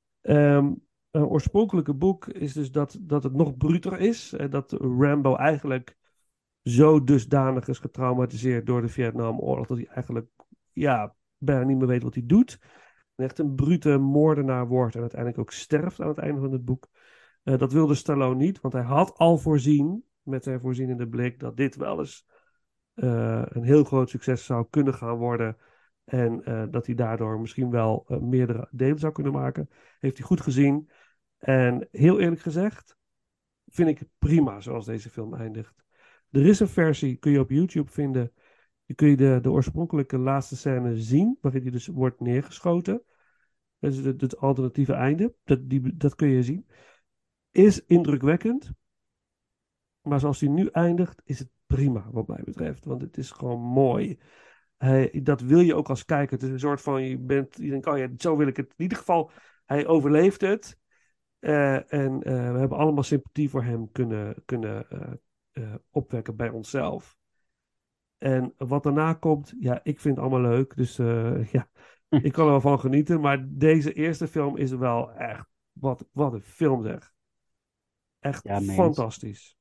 Een oorspronkelijke boek is dus dat het nog bruter is. Dat Rambo eigenlijk zo dusdanig is getraumatiseerd door de Vietnamoorlog. Dat hij eigenlijk ja, bijna niet meer weet wat hij doet. En echt een brute moordenaar wordt. En uiteindelijk ook sterft aan het einde van het boek. Dat wilde Stallone niet. Want hij had al voorzien, met zijn voorzienende blik, dat dit wel eens een heel groot succes zou kunnen gaan worden. En dat hij daardoor misschien wel meerdere delen zou kunnen maken. Heeft hij goed gezien. En heel eerlijk gezegd, vind ik het prima zoals deze film eindigt. Er is een versie, kun je op YouTube vinden. Dan kun je de oorspronkelijke laatste scène zien, waarin hij dus wordt neergeschoten. Dat is het alternatieve einde. Dat kun je zien. Is indrukwekkend. Maar zoals hij nu eindigt, is het prima wat mij betreft. Want het is gewoon mooi. Dat wil je ook als kijker. Het is een soort van, je denkt, oh ja, zo wil ik het. In ieder geval, hij overleeft het. En we hebben allemaal sympathie voor hem kunnen opwekken bij onszelf. En wat daarna komt, ja, ik vind het allemaal leuk. Dus ja, ik kan er wel van genieten. Maar deze eerste film is wel echt, wat een film zeg. Echt Ja, nee, fantastisch.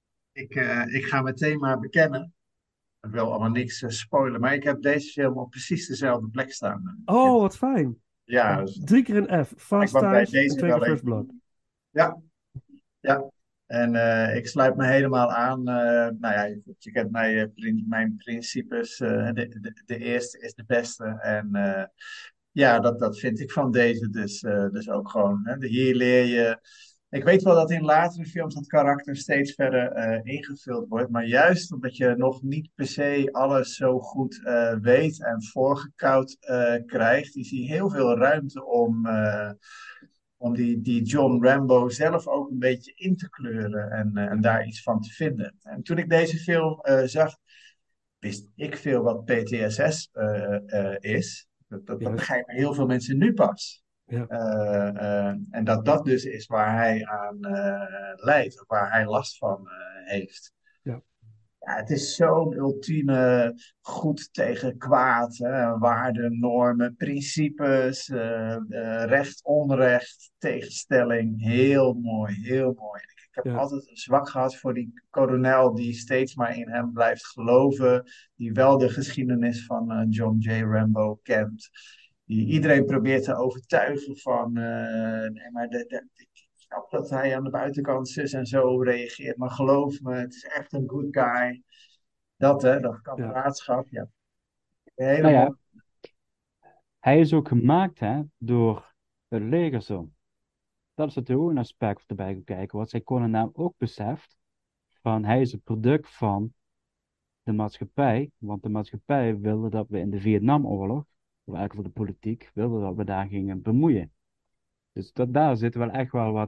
Ik ga meteen maar bekennen. Ik wil allemaal niks spoilen, maar ik heb deze film op precies dezelfde plek staan. Oh, wat fijn. Ja, dus 3 keer een F. Fast ik was bij Times en deze 2 wel keer First even. Blood. Ja, ja. En ik sluit me helemaal aan. Nou ja, je kent mijn principes. De eerste is de beste. En ja, dat vind ik van deze dus ook gewoon. Hè. Hier leer je. Ik weet wel dat in latere films dat karakter steeds verder ingevuld wordt. Maar juist omdat je nog niet per se alles zo goed weet en voorgekoud krijgt, is hier heel veel ruimte om die John Rambo zelf ook een beetje in te kleuren en daar iets van te vinden. En toen ik deze film zag, wist ik veel wat PTSS is. Dat Juist. begrijpen heel veel mensen nu pas. Ja. En dat dus is waar hij aan lijdt, of waar hij last van heeft. Ja. Ja, het is zo'n ultieme goed tegen kwaad, hè? Waarden, normen, principes, recht, onrecht, tegenstelling. Heel mooi, heel mooi. Ik heb Ja. altijd een zwak gehad voor die kolonel die steeds maar in hem blijft geloven, die wel de geschiedenis van John J. Rambo kent, die iedereen probeert te overtuigen van, nee, maar ik snap dat hij aan de buitenkant zus en zo reageert, maar geloof me, het is echt een good guy. Dat kameraadschap, ja. Nou Helemaal. ja, hij is ook gemaakt door het leger zo. Dat is natuurlijk ook een aspect wat erbij komt kijken. Wat zij Conan ook beseft. Van hij is een product van de maatschappij. Want de maatschappij wilde dat we in de Vietnamoorlog, of eigenlijk voor de politiek, wilde dat we daar gingen bemoeien. Dus daar zit wel echt wel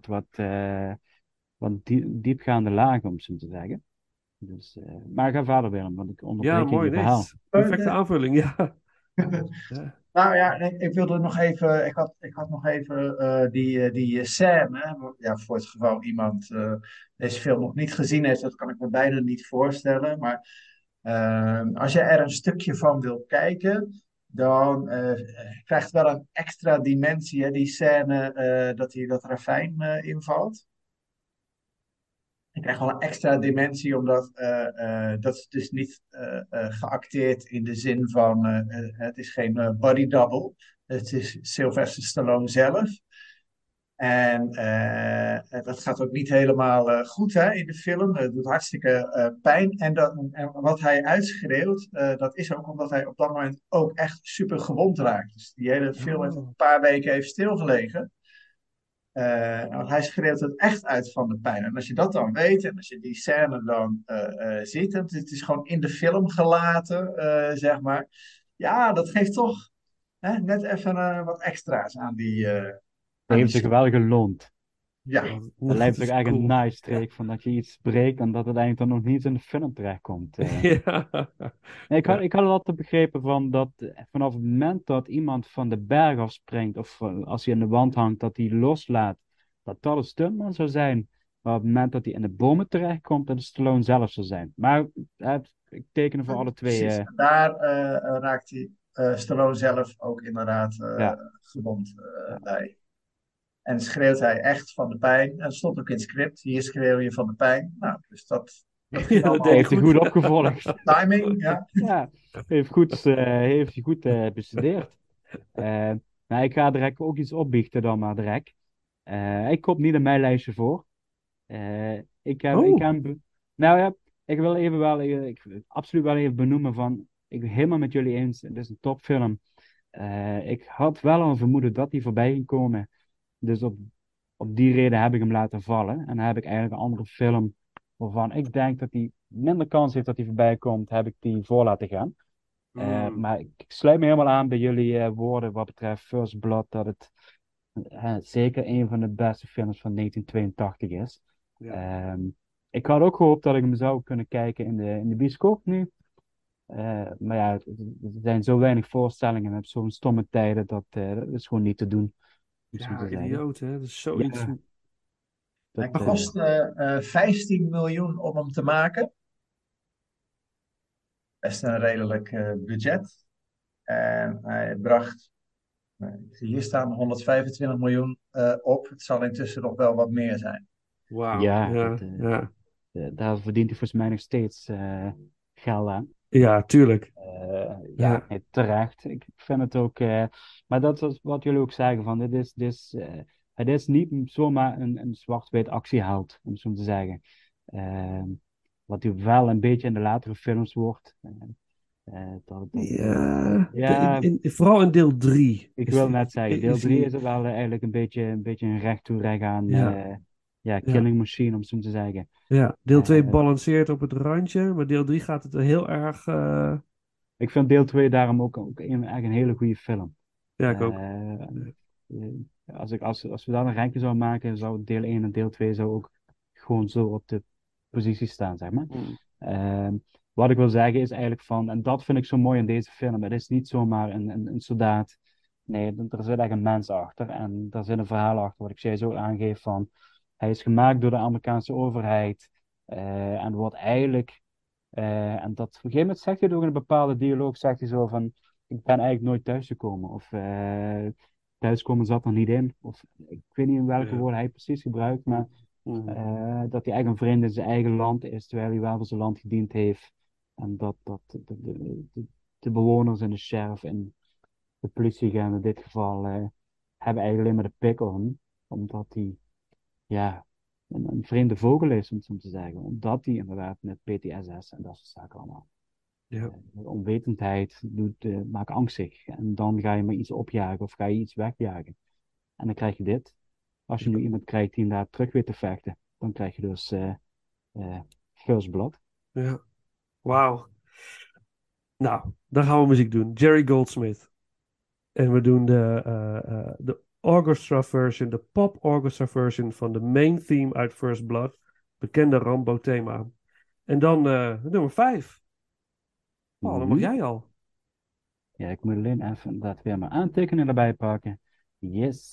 wat diepgaande lagen, om het zo te zeggen. Dus, maar ga verder, Willem, want ik onderbreek Ja, je mooi. Nee, verhaal. perfecte aanvulling, ja. Ja. Nou ja, ik wilde nog even, ik had nog even die scène, ja, voor het geval iemand deze film nog niet gezien heeft, dat kan ik me bijna niet voorstellen. Maar als je er een stukje van wil kijken, dan krijgt het wel een extra dimensie, hè, die scène dat hij dat ravijn invalt. Ik krijg wel een extra dimensie, omdat dat is dus niet geacteerd in de zin van het is geen body double. Het is Sylvester Stallone zelf. En dat gaat ook niet helemaal goed hè, in de film. Het doet hartstikke pijn. En wat hij uitschreeuwt, dat is ook omdat hij op dat moment ook echt super gewond raakt. Dus die hele film heeft een paar weken even stilgelegen. Want hij schreeuwt het echt uit van de pijn. En als je dat dan weet en als je die scène dan ziet, het is gewoon in de film gelaten, zeg maar. Ja, dat geeft toch net even wat extra's aan Het aan die heeft zich wel geloond. Ja, Het Dat lijkt is toch echt een cool. nice streek van dat je iets breekt en dat het eigenlijk dan nog niet in de film terechtkomt. Ja. Nee, Ja. ik had het altijd begrepen van dat vanaf het moment dat iemand van de berg afspringt of als hij in de wand hangt, dat hij loslaat, dat dat een stuntman zou zijn. Maar op het moment dat hij in de bomen terechtkomt, dat het Stallone zelf zou zijn. Maar ik teken er voor alle twee. precies. En daar raakt hij Stallone zelf ook inderdaad Ja, gewond bij. En schreeuwt hij echt van de pijn. En dat stond ook in het script. Hier schreeuw je van de pijn. Nou, dus dat ging Ja, dat deed allemaal ik heeft hij goed. goed opgevolgd. timing. Ja. Ja, heeft hij goed bestudeerd. Eh, nou, ik ga direct ook iets opbiechten dan maar direct. Ik kom niet in mijn lijstje voor. Ik Oh, heb, nou ja, ik wil even wel, absoluut wel even benoemen van, ik ben helemaal met jullie eens, het is een topfilm. Ik had wel een vermoeden dat die voorbij ging komen. Dus op die reden heb ik hem laten vallen. En dan heb ik eigenlijk een andere film waarvan ik denk dat die minder kans heeft dat die voorbij komt, heb ik die voor laten gaan. Maar ik sluit me helemaal aan bij jullie woorden wat betreft First Blood, dat het zeker een van de beste films van 1982 is. ja. Ik had ook gehoopt dat ik hem zou kunnen kijken in de bioscoop nu. Maar ja, er zijn zo weinig voorstellingen op zo'n stomme tijden dat is gewoon niet te doen. Om zo Ja, te zeggen. idioot, hè? Dat is zoiets. Ja, Hij dat, kostte 15 miljoen om hem te maken. Best een redelijk budget. En hij bracht, hier staan 125 miljoen op. Het zal intussen nog wel wat meer zijn. Wauw. ja, Ja, ja. daar verdient hij volgens mij nog steeds geld aan. Ja, tuurlijk. Ja, Ja. nee, terecht. Ik vind het ook. Maar dat is wat jullie ook zeggen: van het is niet zomaar een zwart-wit actieheld, om het zo te zeggen. Wat hij wel een beetje in de latere films wordt. Ja, Ja, vooral in deel 3. ik wil net zeggen, deel 3 is er wel eigenlijk een beetje een recht toe recht aan. Ja, Ja, ja, killing machine, om het zo te zeggen. ja. Deel 2 Eh, balanceert op het randje, maar deel 3 gaat het heel erg... ik vind deel 2 daarom ook echt een hele goede film. Ja, ik ook. Eh, als we daar een rijtje zouden maken, zou deel 1 en deel 2 zou ook gewoon zo op de positie staan, zeg maar. Mm. Wat ik wil zeggen is eigenlijk van, en dat vind ik zo mooi in deze film, het is niet zomaar een soldaat. Nee, er zit echt een mens achter en er zit een verhaal achter, wat ik jij zo aangeef van, hij is gemaakt door de Amerikaanse overheid en wordt eigenlijk, en dat op een gegeven moment zegt hij het ook in een bepaalde dialoog, zegt hij zo van, ik ben eigenlijk nooit thuisgekomen, of thuiskomen zat er niet in, of ik weet niet in welke Ja. woorden hij precies gebruikt, maar Mm. dat hij eigenlijk een vriend in zijn eigen land is, terwijl hij wel voor zijn land gediend heeft. En dat de bewoners en de sheriff en de politieagent in dit geval hebben eigenlijk alleen maar de pik op hem. Omdat hij ja, een vreemde vogel is, om het zo te zeggen. Omdat hij inderdaad met PTSS en dat soort zaken allemaal. Ja. Onwetendheid maakt angstig. En dan ga je maar iets opjagen of ga je iets wegjagen. En dan krijg je dit. Als je nu iemand krijgt die inderdaad terug weet te vechten, dan krijg je dus First Blood. Ja. Wauw. Nou, dan gaan we muziek doen. Jerry Goldsmith. En we doen de orchestra version, de pop orchestra version van de main theme uit First Blood. Bekende Rambo thema. En dan nummer 5. Oh, dan mag jij al. Ja, ik moet alleen even dat weer mijn aantekeningen erbij pakken. Yes.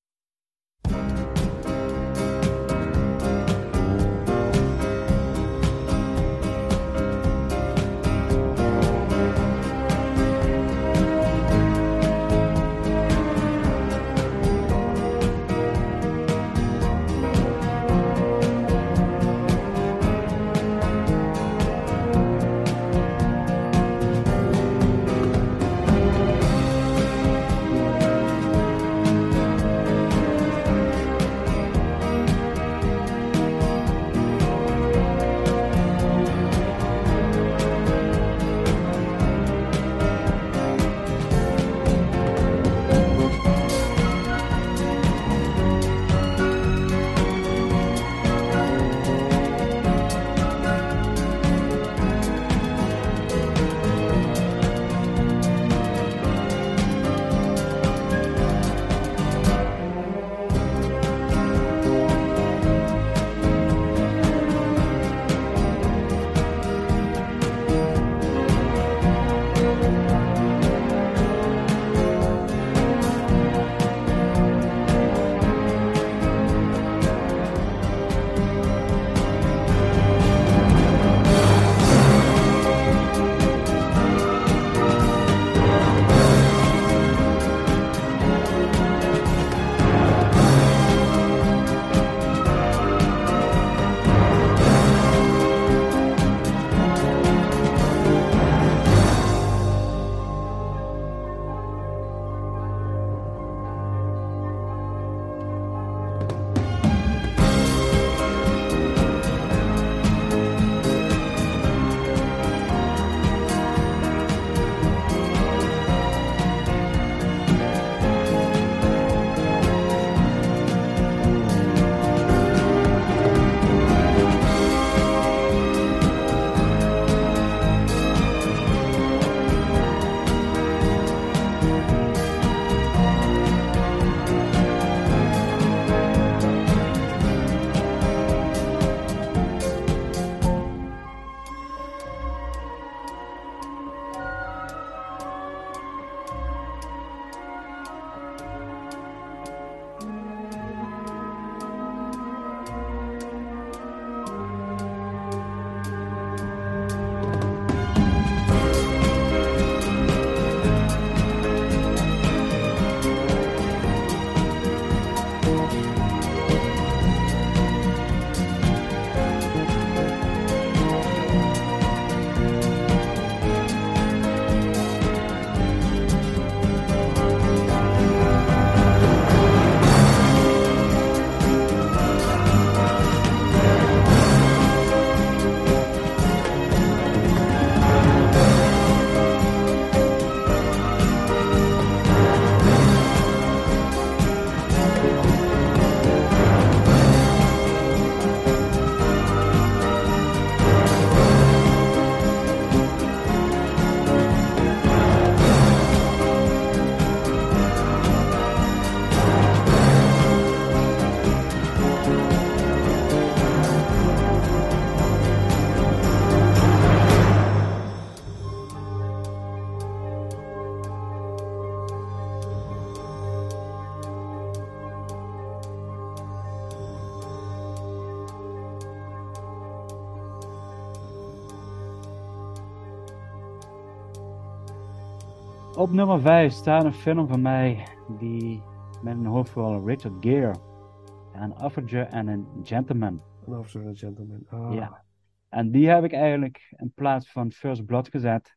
Op nummer 5 staat een film van mij die met een hoofdrol Richard Gere, een officer en een gentleman. Een officer en een gentleman. Ah. Ja. En die heb ik eigenlijk in plaats van First Blood gezet.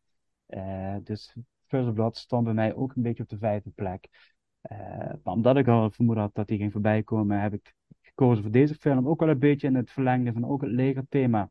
Dus First Blood stond bij mij ook een beetje op de 5e plek. Maar omdat ik al vermoed had dat die ging voorbij komen, heb ik gekozen voor deze film. Ook wel een beetje in het verlengde van ook het legerthema.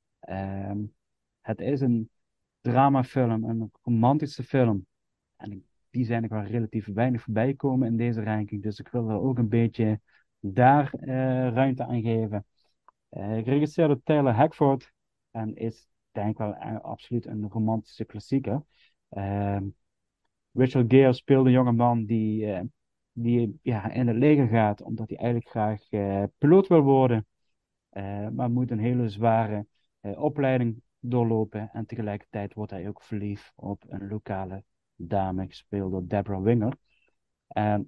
Het is een dramafilm, een romantische film. En die zijn er wel relatief weinig voorbij komen in deze ranking. Dus ik wil er ook een beetje daar ruimte aan geven. Geregisseerd door Taylor Hackford. En is denk ik wel absoluut een romantische klassieker. Richard Gere speelt een jonge man die in het leger gaat. Omdat hij eigenlijk graag piloot wil worden. Maar moet een hele zware opleiding doorlopen. En tegelijkertijd wordt hij ook verliefd op een lokale dame, gespeeld door Deborah Winger. En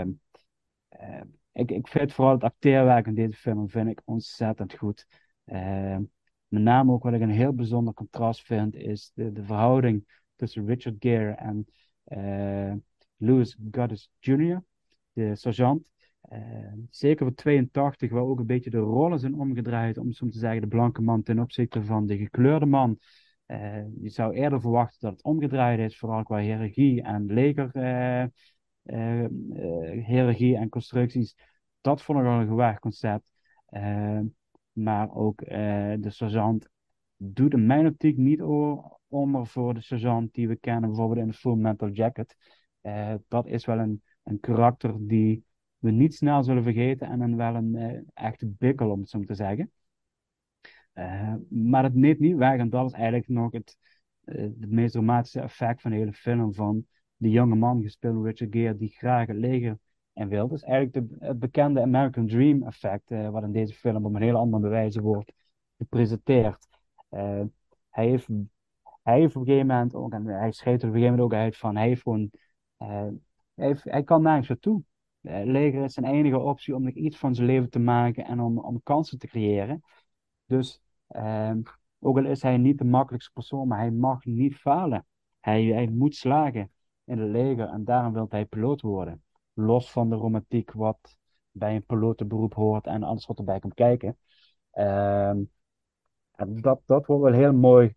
ik vind vooral het acteerwerk in deze film vind ik ontzettend goed. Met name ook wat ik een heel bijzonder contrast vind, is de verhouding tussen Richard Gere en Louis Goodis Jr., de sergeant. Zeker voor 82, waar ook een beetje de rollen zijn omgedraaid, om zo te zeggen, de blanke man ten opzichte van de gekleurde man. Je zou eerder verwachten dat het omgedraaid is, vooral qua hiërarchie en leger, hiërarchie en constructies. Dat vond ik wel een gewaagd concept. Maar ook de sergeant doet in mijn optiek niet onder voor de sergeant die we kennen, bijvoorbeeld in de Full Metal Jacket. Dat is wel een karakter die we niet snel zullen vergeten en wel een echte bikkel, om het zo te zeggen. Maar het neemt niet weg, en dat is eigenlijk nog het meest dramatische effect van de hele film, van de jonge man, gespeeld door Richard Gere, die graag het leger in wil. Dat is eigenlijk het bekende American Dream effect, wat in deze film op een hele andere wijze wordt gepresenteerd. Hij heeft op een gegeven moment ook, en hij schreef er op een gegeven moment ook uit van, hij kan nergens naartoe. Leger is zijn enige optie om nog iets van zijn leven te maken en om kansen te creëren. Dus ook al is hij niet de makkelijkste persoon, maar hij mag niet falen. Hij moet slagen in het leger en daarom wil hij piloot worden. Los van de romantiek wat bij een pilotenberoep hoort en alles wat erbij komt kijken. Dat wordt wel heel mooi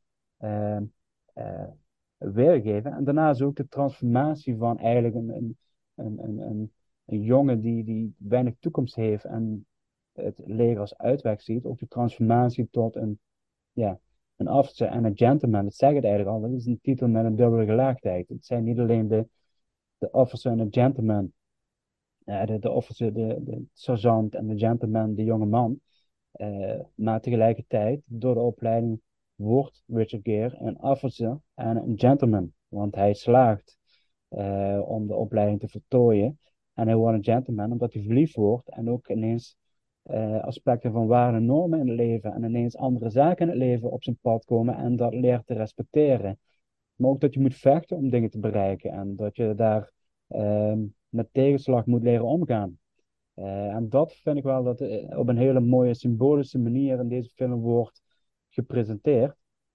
weergegeven. En daarna is ook de transformatie van eigenlijk een jongen die weinig toekomst heeft en het leger als uitweg ziet. Ook de transformatie tot een officer en een gentleman. Dat zegt het eigenlijk al. Dat is een titel met een dubbele gelaagdheid. Het zijn niet alleen de officer en de gentleman. De officer, de sergeant en de gentleman, de jonge man. Maar tegelijkertijd, door de opleiding, wordt Richard Gere een officer en een gentleman. Want hij slaagt om de opleiding te voltooien. En hij wordt een gentleman omdat hij verliefd wordt. En ook ineens aspecten van waarde en normen in het leven. En ineens andere zaken in het leven op zijn pad komen. En dat leert te respecteren. Maar ook dat je moet vechten om dingen te bereiken. En dat je daar met tegenslag moet leren omgaan. En dat vind ik wel dat op een hele mooie symbolische manier in deze film wordt gepresenteerd.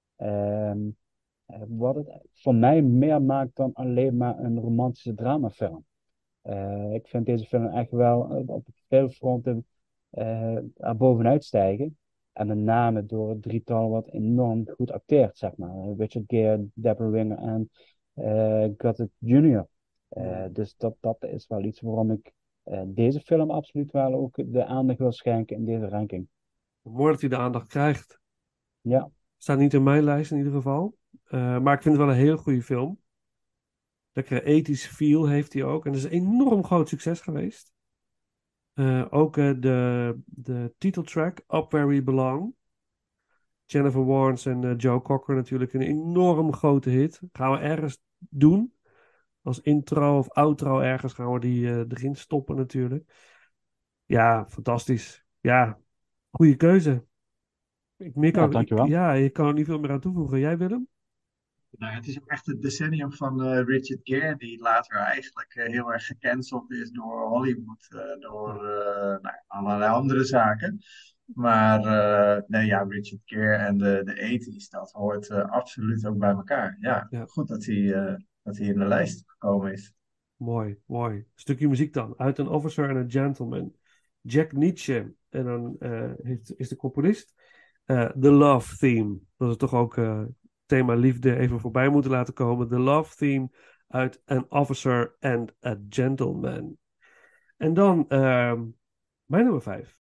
Wat het voor mij meer maakt dan alleen maar een romantische dramafilm. Ik vind deze film echt wel op veel fronten er bovenuit stijgen. En met name door het drietal wat enorm goed acteert, zeg maar. Richard Gere, Deborah Winger en Goddard Jr. Dus dat is wel iets waarom ik deze film absoluut wel ook de aandacht wil schenken in deze ranking. Mooi dat hij de aandacht krijgt. Ja. Staat niet in mijn lijst in ieder geval. Maar ik vind het wel een heel goede film. Lekkere ethische feel heeft hij ook. En dat is een enorm groot succes geweest. Ook de titeltrack, Up Where We Belong. Jennifer Warnes en Joe Cocker natuurlijk een enorm grote hit. Gaan we ergens doen. Als intro of outro ergens gaan we die erin stoppen natuurlijk. Ja, fantastisch. Ja, goede keuze. Dankjewel. Je kan er niet veel meer aan toevoegen. Jij, Willem? Nou, het is ook echt het decennium van Richard Gere, die later eigenlijk heel erg gecanceld is door Hollywood, door allerlei andere zaken. Maar nee, ja, Richard Gere en de 80's, dat hoort absoluut ook bij elkaar. Ja, goed dat hij in de lijst gekomen is. Mooi, mooi. Stukje muziek dan. Uit An Officer and a Gentleman. Jack Nietzsche. En dan is de componist. The Love Theme. Dat is toch ook thema liefde even voorbij moeten laten komen. The Love Theme uit An Officer and a Gentleman. En dan mijn nummer 5.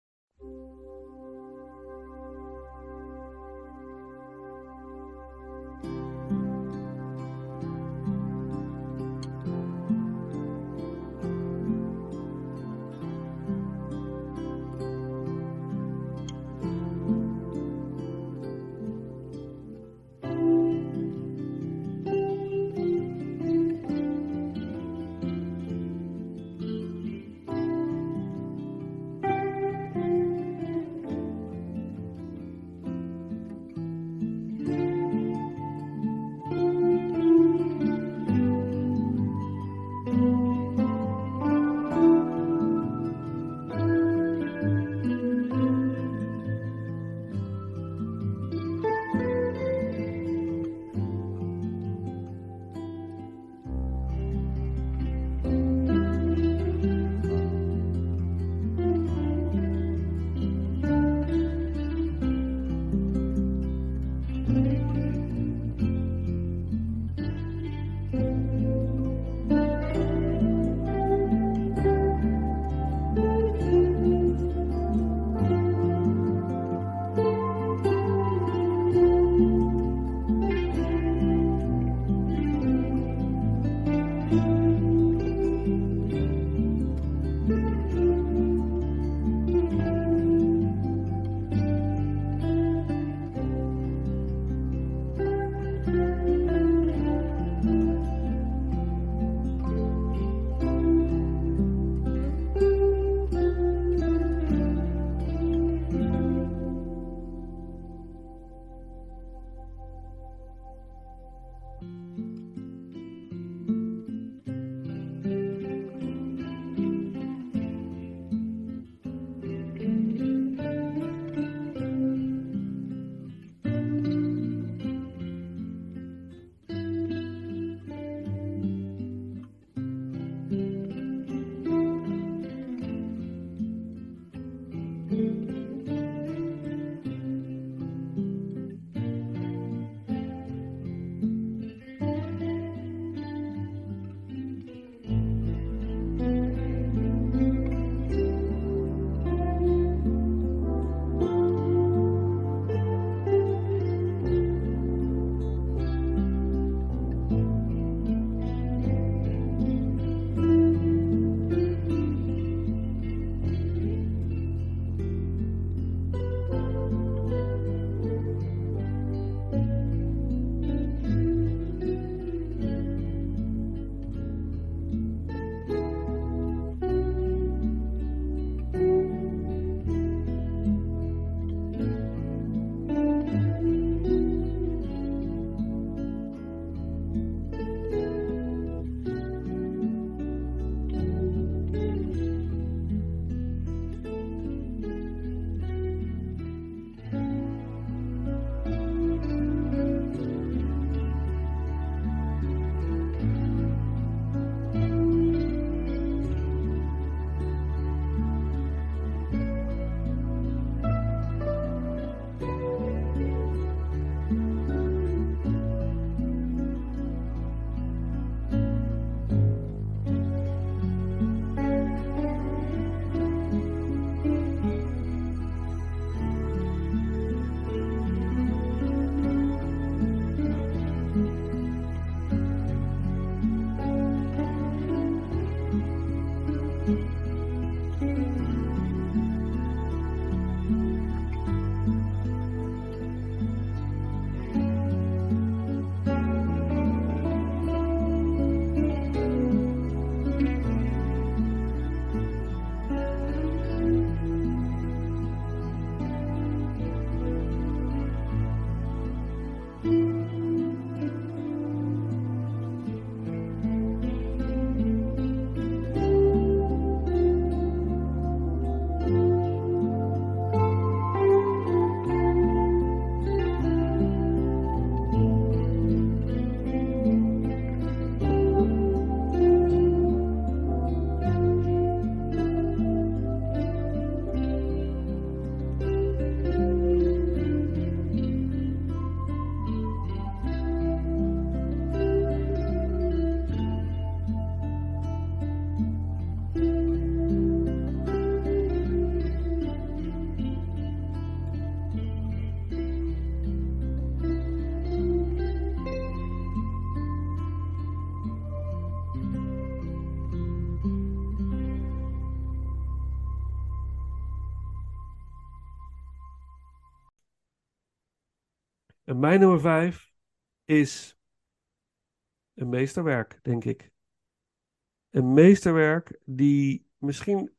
Mijn nummer 5 is een meesterwerk, denk ik. Een meesterwerk die misschien,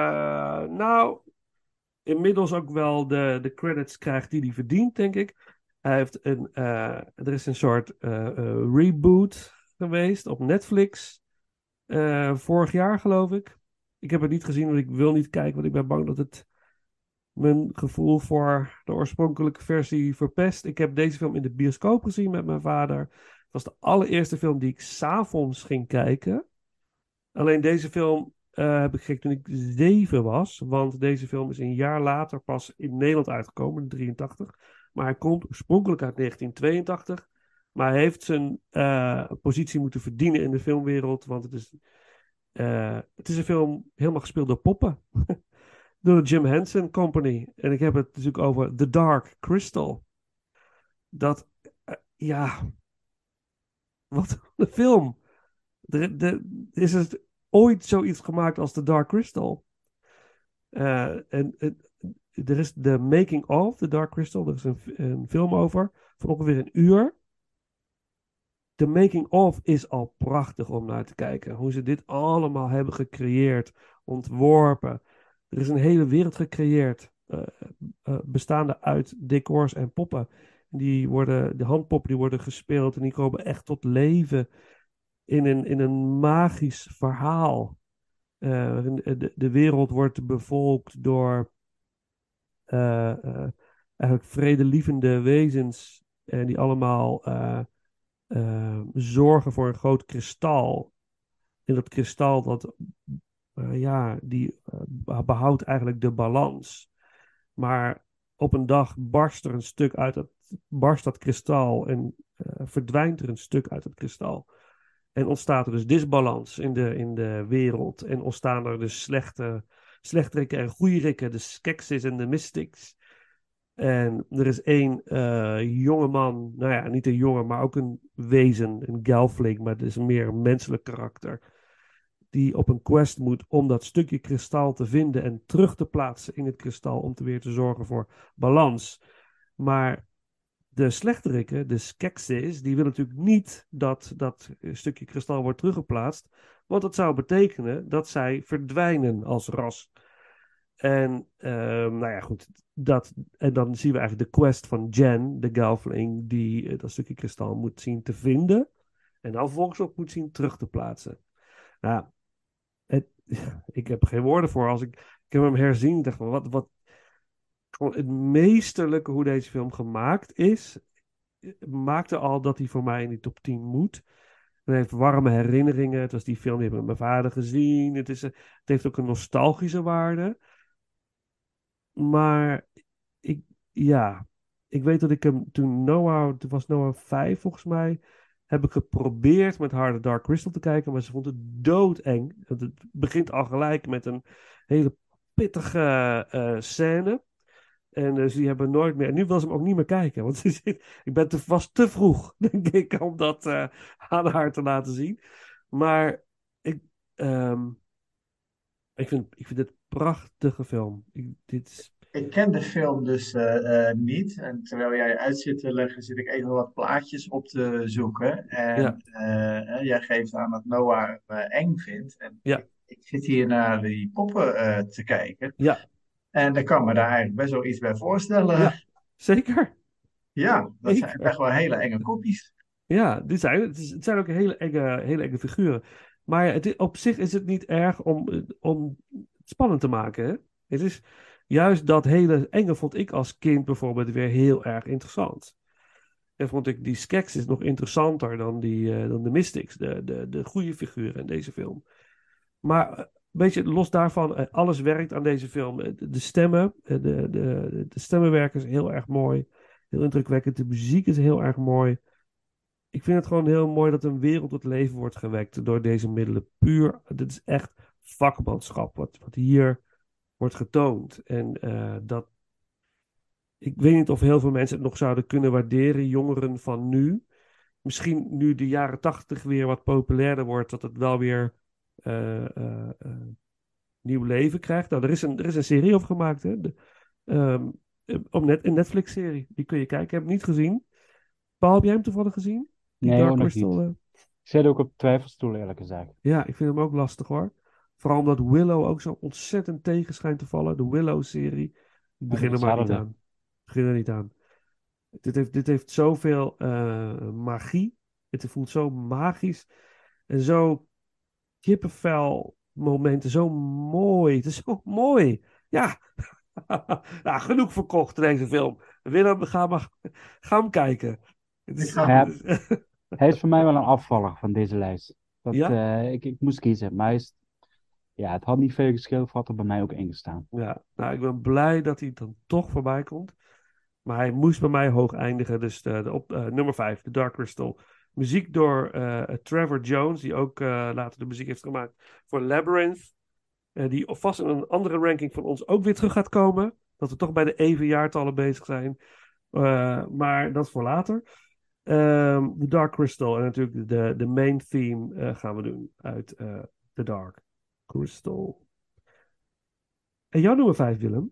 inmiddels ook wel de credits krijgt die hij verdient, denk ik. Hij heeft er is een soort reboot geweest op Netflix. Vorig jaar, geloof ik. Ik heb het niet gezien, want ik wil niet kijken, want ik ben bang dat het mijn gevoel voor de oorspronkelijke versie verpest. Ik heb deze film in de bioscoop gezien met mijn vader. Het was de allereerste film die ik 's avonds ging kijken. Alleen deze film heb ik gekeken toen ik 7 was. Want deze film is een jaar later pas in Nederland uitgekomen, in 83. Maar hij komt oorspronkelijk uit 1982. Maar hij heeft zijn positie moeten verdienen in de filmwereld. Want het is een film helemaal gespeeld door poppen. Door de Jim Henson Company. En ik heb het natuurlijk over The Dark Crystal. Dat, wat een film. Is het ooit zoiets gemaakt als The Dark Crystal? Er is de Making of The Dark Crystal. Er is een film over. Van ongeveer een uur. De Making of is al prachtig om naar te kijken. Hoe ze dit allemaal hebben gecreëerd. Ontworpen. Er is een hele wereld gecreëerd. Bestaande uit decors en poppen. De handpoppen die worden gespeeld. En die komen echt tot leven. In een magisch verhaal. De wereld wordt bevolkt door eigenlijk vredelievende wezens. Die allemaal zorgen voor een groot kristal. En dat kristal behoudt eigenlijk de balans. Maar op een dag barst dat kristal en verdwijnt er een stuk uit het kristal. En ontstaat er dus disbalans in de wereld. En ontstaan er dus slechterikken en goeierikken, de Skeksis en de Mystics. En er is één jonge man, niet een jongen, maar ook een wezen, een gelfling, maar het is meer een menselijk karakter. Die op een quest moet om dat stukje kristal te vinden en terug te plaatsen in het kristal om weer te zorgen voor balans. Maar de slechterikken, de Skeksis, die willen natuurlijk niet dat dat stukje kristal wordt teruggeplaatst, want dat zou betekenen dat zij verdwijnen als ras. En goed, en dan zien we eigenlijk de quest van Jen, de gelfling, die dat stukje kristal moet zien te vinden en dan vervolgens ook moet zien terug te plaatsen. Nou, ik heb geen woorden voor. Ik heb hem herzien, ik dacht van wat gewoon het meesterlijke hoe deze film gemaakt is, maakte al dat hij voor mij in die top 10 moet. Het heeft warme herinneringen. Het was die film, die heb ik met mijn vader gezien. Het heeft ook een nostalgische waarde. Maar ik weet dat ik hem toen Noah 5 volgens mij, heb ik geprobeerd met haar The Dark Crystal te kijken, maar ze vond het doodeng. Het begint al gelijk met een hele pittige scène. En dus die hebben nooit meer. En nu wil ze hem ook niet meer kijken. Want was te vroeg, denk ik, om dat aan haar te laten zien. Maar ik vind het een prachtige film. Ik ken de film dus niet. En terwijl jij uit zit te leggen, zit ik even wat plaatjes op te zoeken. En jij geeft aan dat Noah eng vindt. En ik zit hier naar die poppen te kijken. Ja. En ik kan me daar eigenlijk best wel iets bij voorstellen. Ja, zeker. Ja, dat zijn echt wel hele enge kopjes. Ja, het zijn ook hele enge figuren. Maar op zich is het niet erg om het spannend te maken. Hè? Het is juist dat hele enge vond ik als kind bijvoorbeeld weer heel erg interessant. En vond ik die Skeksis nog interessanter dan de Mystics, de goede figuren in deze film. Maar een beetje los daarvan, alles werkt aan deze film. De stemmen, de stemmenwerk is heel erg mooi. Heel indrukwekkend. De muziek is heel erg mooi. Ik vind het gewoon heel mooi dat een wereld tot leven wordt gewekt door deze middelen. Puur, dit is echt vakmanschap wat hier wordt getoond. En ik weet niet of heel veel mensen het nog zouden kunnen waarderen, jongeren van nu. Misschien nu de jaren 80 weer wat populairder wordt, dat het wel weer nieuw leven krijgt. Nou, er is een serie over gemaakt, hè? Een Netflix-serie. Die kun je kijken. Ik heb het niet gezien. Paul, heb jij hem toevallig gezien? Die Nee, Dark ook nog Crystal? niet. Ik zit ook op twijfelstoel, eerlijk gezegd. Ja, ik vind hem ook lastig hoor. Vooral omdat Willow ook zo ontzettend tegen schijnt te vallen. De Willow-serie. Ik begin er maar niet aan. Ik begin er niet aan. Dit heeft zoveel magie. Het voelt zo magisch. En zo kippenvel momenten. Zo mooi. Het is zo mooi. Ja. Nou, genoeg verkocht deze film. Willem, ga hem kijken. Het is, Ja, hij is voor mij wel een afvaller van deze lijst. Ja? Ik moest kiezen, maar het had niet veel geschild, had er bij mij ook ingestaan. Ja, nou, ik ben blij dat hij dan toch voorbij komt. Maar hij moest bij mij hoog eindigen. Dus op nummer 5, The Dark Crystal. Muziek door Trevor Jones, die ook later de muziek heeft gemaakt voor Labyrinth. Die vast in een andere ranking van ons ook weer terug gaat komen. Dat we toch bij de even jaartallen bezig zijn. Maar dat is voor later. The Dark Crystal. En natuurlijk de main theme gaan we doen uit The Dark Crystal. En jouw nummer 5, Willem?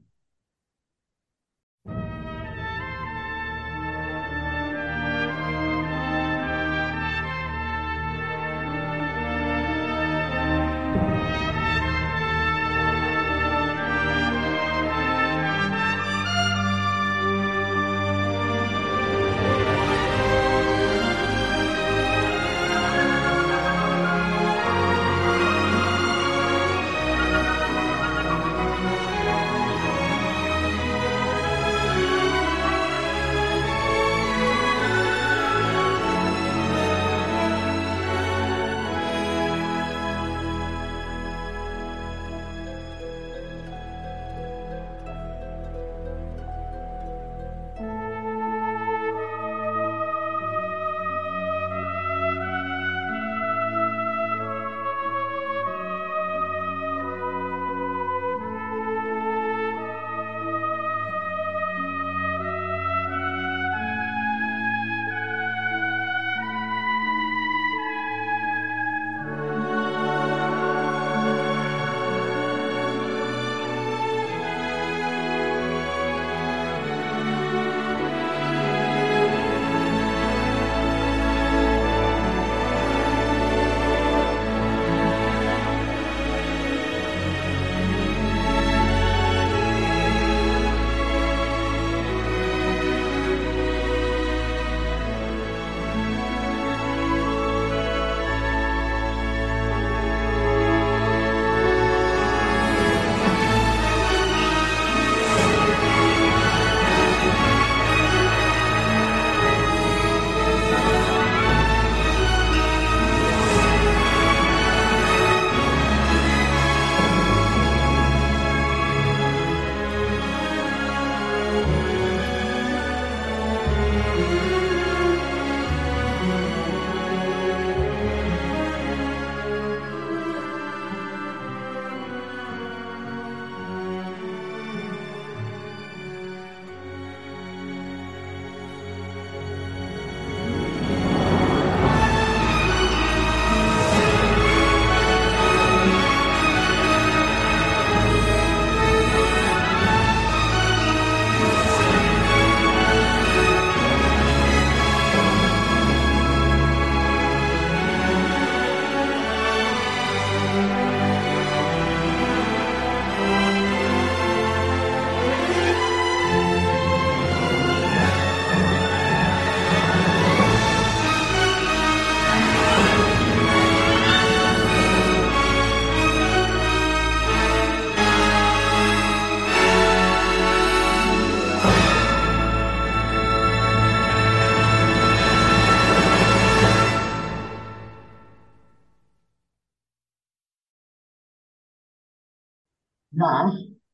Ja,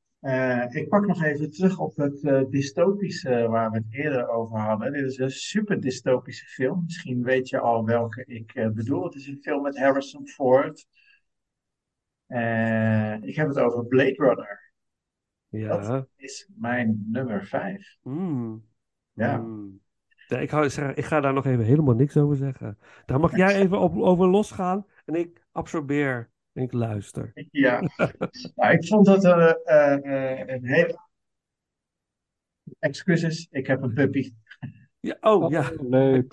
ik pak nog even terug op het dystopische waar we het eerder over hadden. Dit is een super dystopische film. Misschien weet je al welke ik bedoel. Het is een film met Harrison Ford. Ik heb het over Blade Runner. Dat Ja. is mijn nummer 5. Ja. Ja, ik ga daar nog even helemaal niks over zeggen. Daar mag jij even over losgaan en ik absorbeer en ik luister. Ja, nou, ik vond dat een hele... Excuses, ik heb een puppy. Ja, Oh, ja. leuk.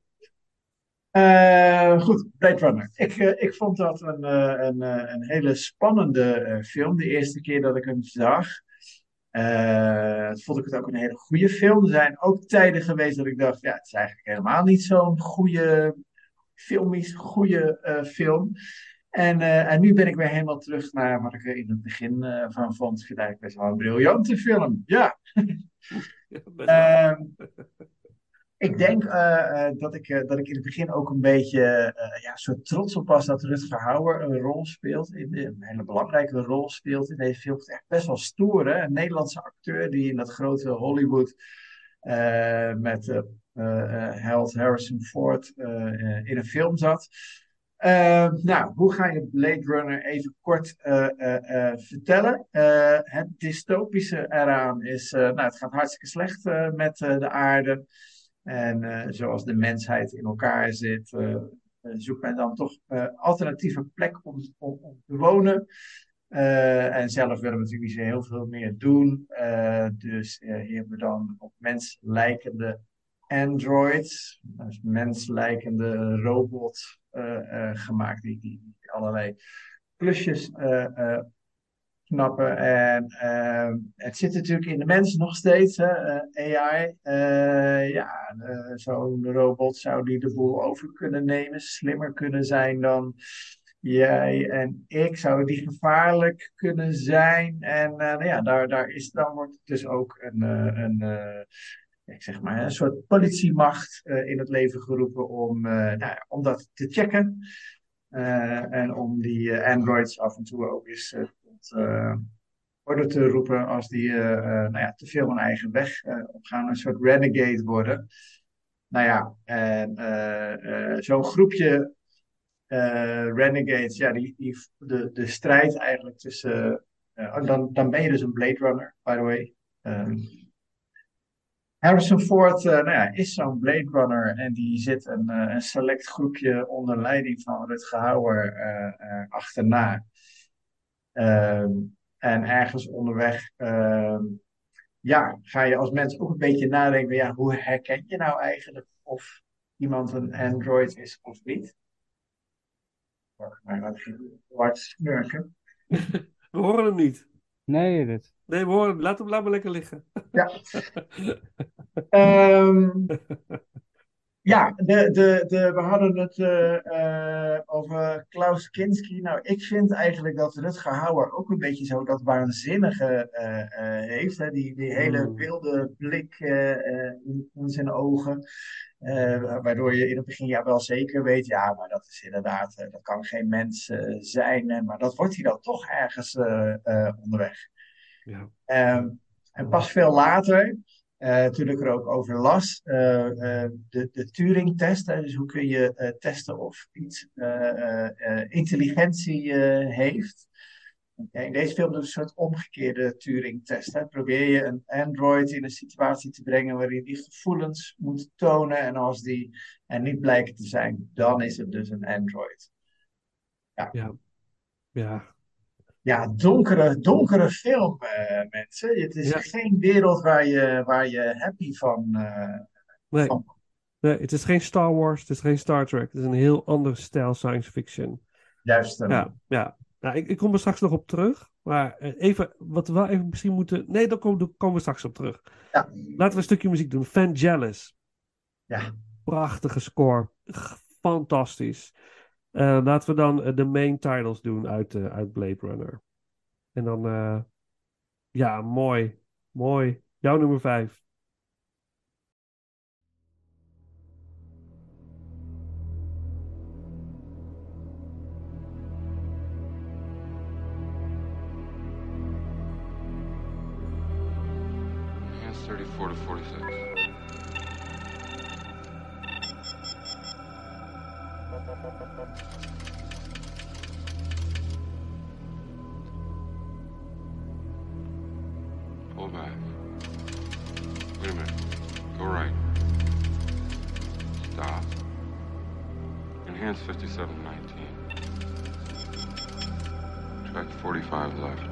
Goed, Blade Runner. Ik vond dat een hele spannende film. De eerste keer dat ik hem zag, vond ik het ook een hele goede film. Er zijn ook tijden geweest dat ik dacht, ja, het is eigenlijk helemaal niet zo'n goede, filmisch goede film. En nu ben ik weer helemaal terug naar wat ik er in het begin van vond. Ik vind het eigenlijk best wel een briljante film. Ja. Ja, best wel. Ik denk dat ik in het begin ook een beetje ja, zo trots op was dat Rutger Hauer een rol speelt, een hele belangrijke rol speelt in deze film. Het is echt best wel stoer, hè? Een Nederlandse acteur die in dat grote Hollywood met held Harrison Ford in een film zat. Nou, hoe ga je Blade Runner even kort vertellen? Het dystopische eraan is, nou, het gaat hartstikke slecht met de aarde. En zoals de mensheid in elkaar zit, zoekt men dan toch alternatieve plek om te wonen. En zelf willen we natuurlijk niet zo heel veel meer doen. Dus hier hebben we dan op mens lijkende androids, dus menslijkende robots gemaakt die allerlei klusjes knappen. En het zit natuurlijk in de mens nog steeds, hè, AI. Ja, zo'n robot zou die de boel over kunnen nemen, slimmer kunnen zijn dan jij en ik. Zou die gevaarlijk kunnen zijn? En nou ja, dan wordt het dus ook ik zeg maar, een soort politiemacht in het leven geroepen nou ja, om dat te checken. En om die androids af en toe ook eens tot orde te roepen als die nou ja, te veel hun eigen weg opgaan. Een soort renegade worden. Nou ja, en zo'n groepje renegades, ja, de strijd eigenlijk tussen... dan ben je dus een Blade Runner, by the way. Harrison Ford nou ja, is zo'n Blade Runner en die zit een select groepje onder leiding van Rutger Hauer achterna. En ergens onderweg ja, ga je als mens ook een beetje nadenken, ja, hoe herken je nou eigenlijk of iemand een android is of niet? Maar laat je hard snurken. We horen hem niet. Nee, dit. Nee, we horen hem. Laat maar lekker liggen. Ja. Ja, we hadden het over Klaus Kinski. Nou, ik vind eigenlijk dat Rutger Hauer ook een beetje zo dat waanzinnige heeft. Hè? Die hele wilde blik in zijn ogen. Waardoor je in het begin ja wel zeker weet, ja, maar dat is inderdaad, dat kan geen mens zijn. Maar dat wordt hij dan toch ergens onderweg. Ja. En pas veel later... toen ik er ook over las, de Turing-test, dus hoe kun je testen of iets intelligentie heeft. In deze film doe je een soort omgekeerde Turing-test. Probeer je een android in een situatie te brengen waarin die gevoelens moet tonen en als die er niet blijken te zijn, dan is het dus een android. Ja. Ja. Ja, donkere film, mensen. Het is geen wereld waar je happy van... Nee. Nee, het is geen Star Wars, het is geen Star Trek. Het is een heel ander stijl science fiction. Juist. Ja. Nou, ik kom er straks nog op terug. Maar even, wat we wel even misschien moeten... Nee, daar komen we straks op terug. Ja. Laten we een stukje muziek doen. Vangelis. Ja. Prachtige score. Fantastisch. Laten we dan de main titles doen uit Blade Runner. En dan... ja, mooi. Mooi. Jouw nummer 5. Hands 34 to 46. Pull back. Wait a minute. Go right. Stop. Enhance 5719. Track 45 left.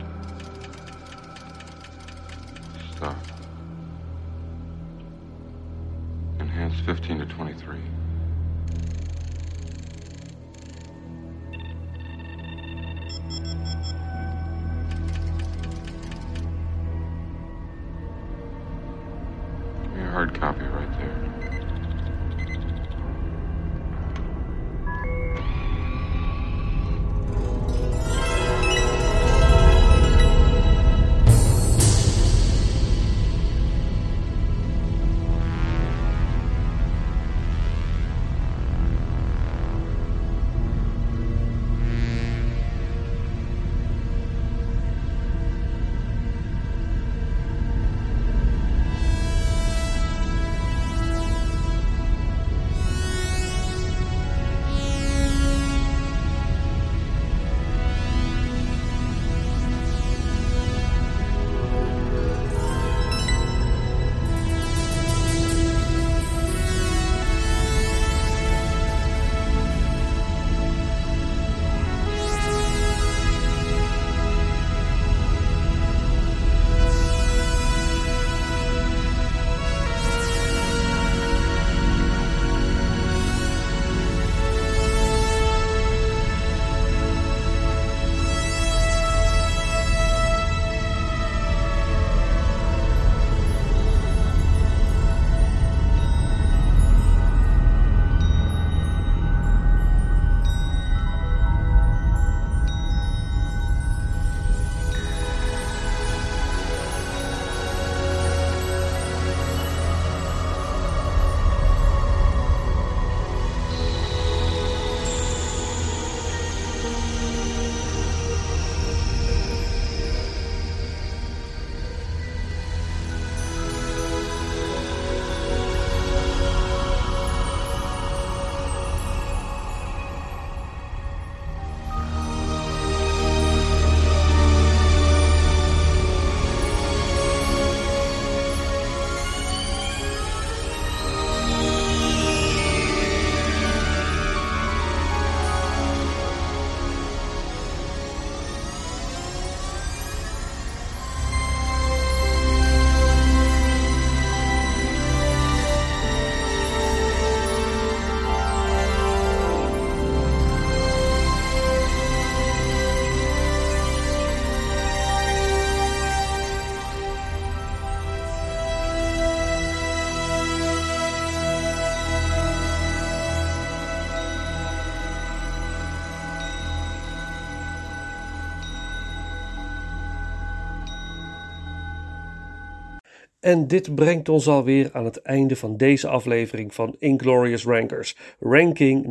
Stop. at 23. Give me a hard copy right there. En dit brengt ons alweer aan het einde van deze aflevering van Inglorious Rankers, ranking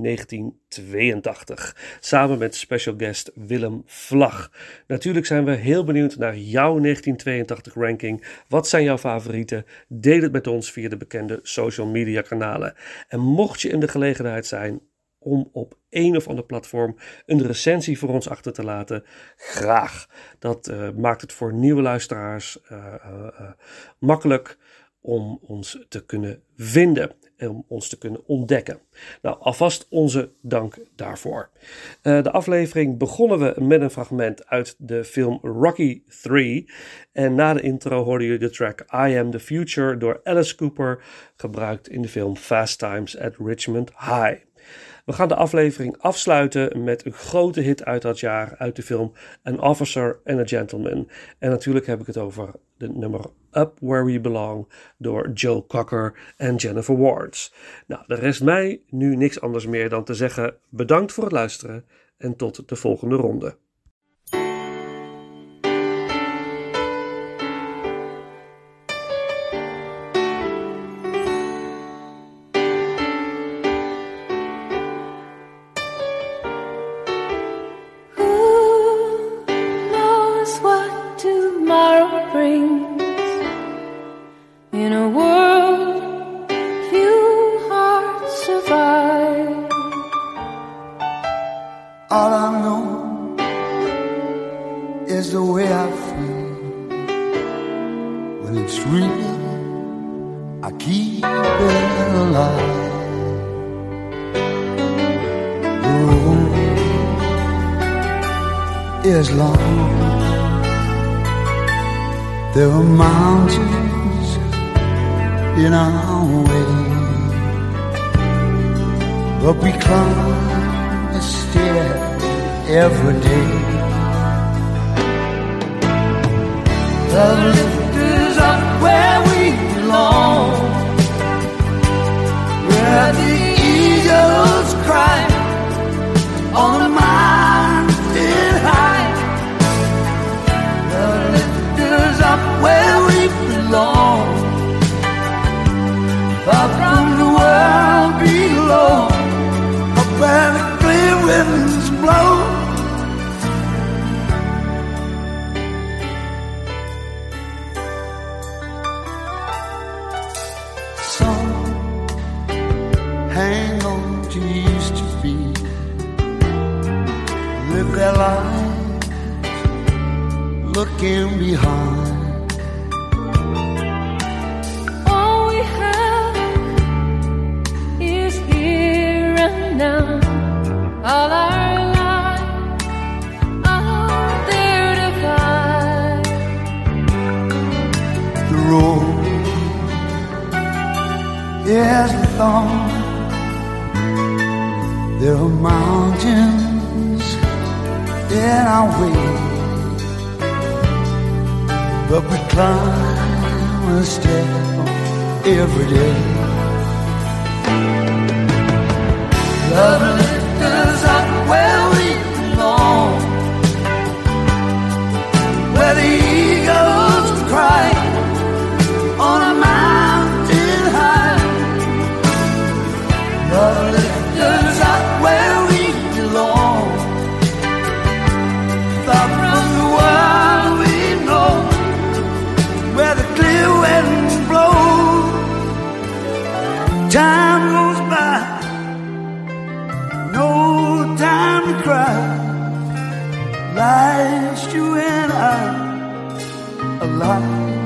1982, samen met special guest Willem Vlag. Natuurlijk zijn we heel benieuwd naar jouw 1982 ranking. Wat zijn jouw favorieten? Deel het met ons via de bekende social media kanalen. En mocht je in de gelegenheid zijn om op een of ander platform een recensie voor ons achter te laten, graag. Dat maakt het voor nieuwe luisteraars makkelijk om ons te kunnen vinden en om ons te kunnen ontdekken. Nou, alvast onze dank daarvoor. De aflevering begonnen we met een fragment uit de film Rocky 3. En na de intro hoorden jullie de track I Am The Future door Alice Cooper, gebruikt in de film Fast Times at Richmond High. We gaan de aflevering afsluiten met een grote hit uit dat jaar, uit de film An Officer and a Gentleman. En natuurlijk heb ik het over de nummer Up Where We Belong door Joe Cocker en Jennifer Warnes. Nou, er rest mij nu niks anders meer dan te zeggen bedankt voor het luisteren en tot de volgende ronde. All I know is the way I feel. When it's real, I keep it alive. The road is long. There are mountains in our way. but we climb the stair every day. Love lift us up where we belong, where the eagles cry on the mountain high. Love lift us up where we belong, far from the world below, up where the clear winds blow. Some hang on to used to be, live their lives looking behind. All we have is here and now. All our lives out there to find. The road is the thorn. There are mountains in our way, but we climb a step every day. Love lifts us up where we belong, where the eagles cry on a mountain high. Love lifts us up where we belong, far from the world we know, where the clear winds blow. Time goes by, no time to cry. Life's you and I alive.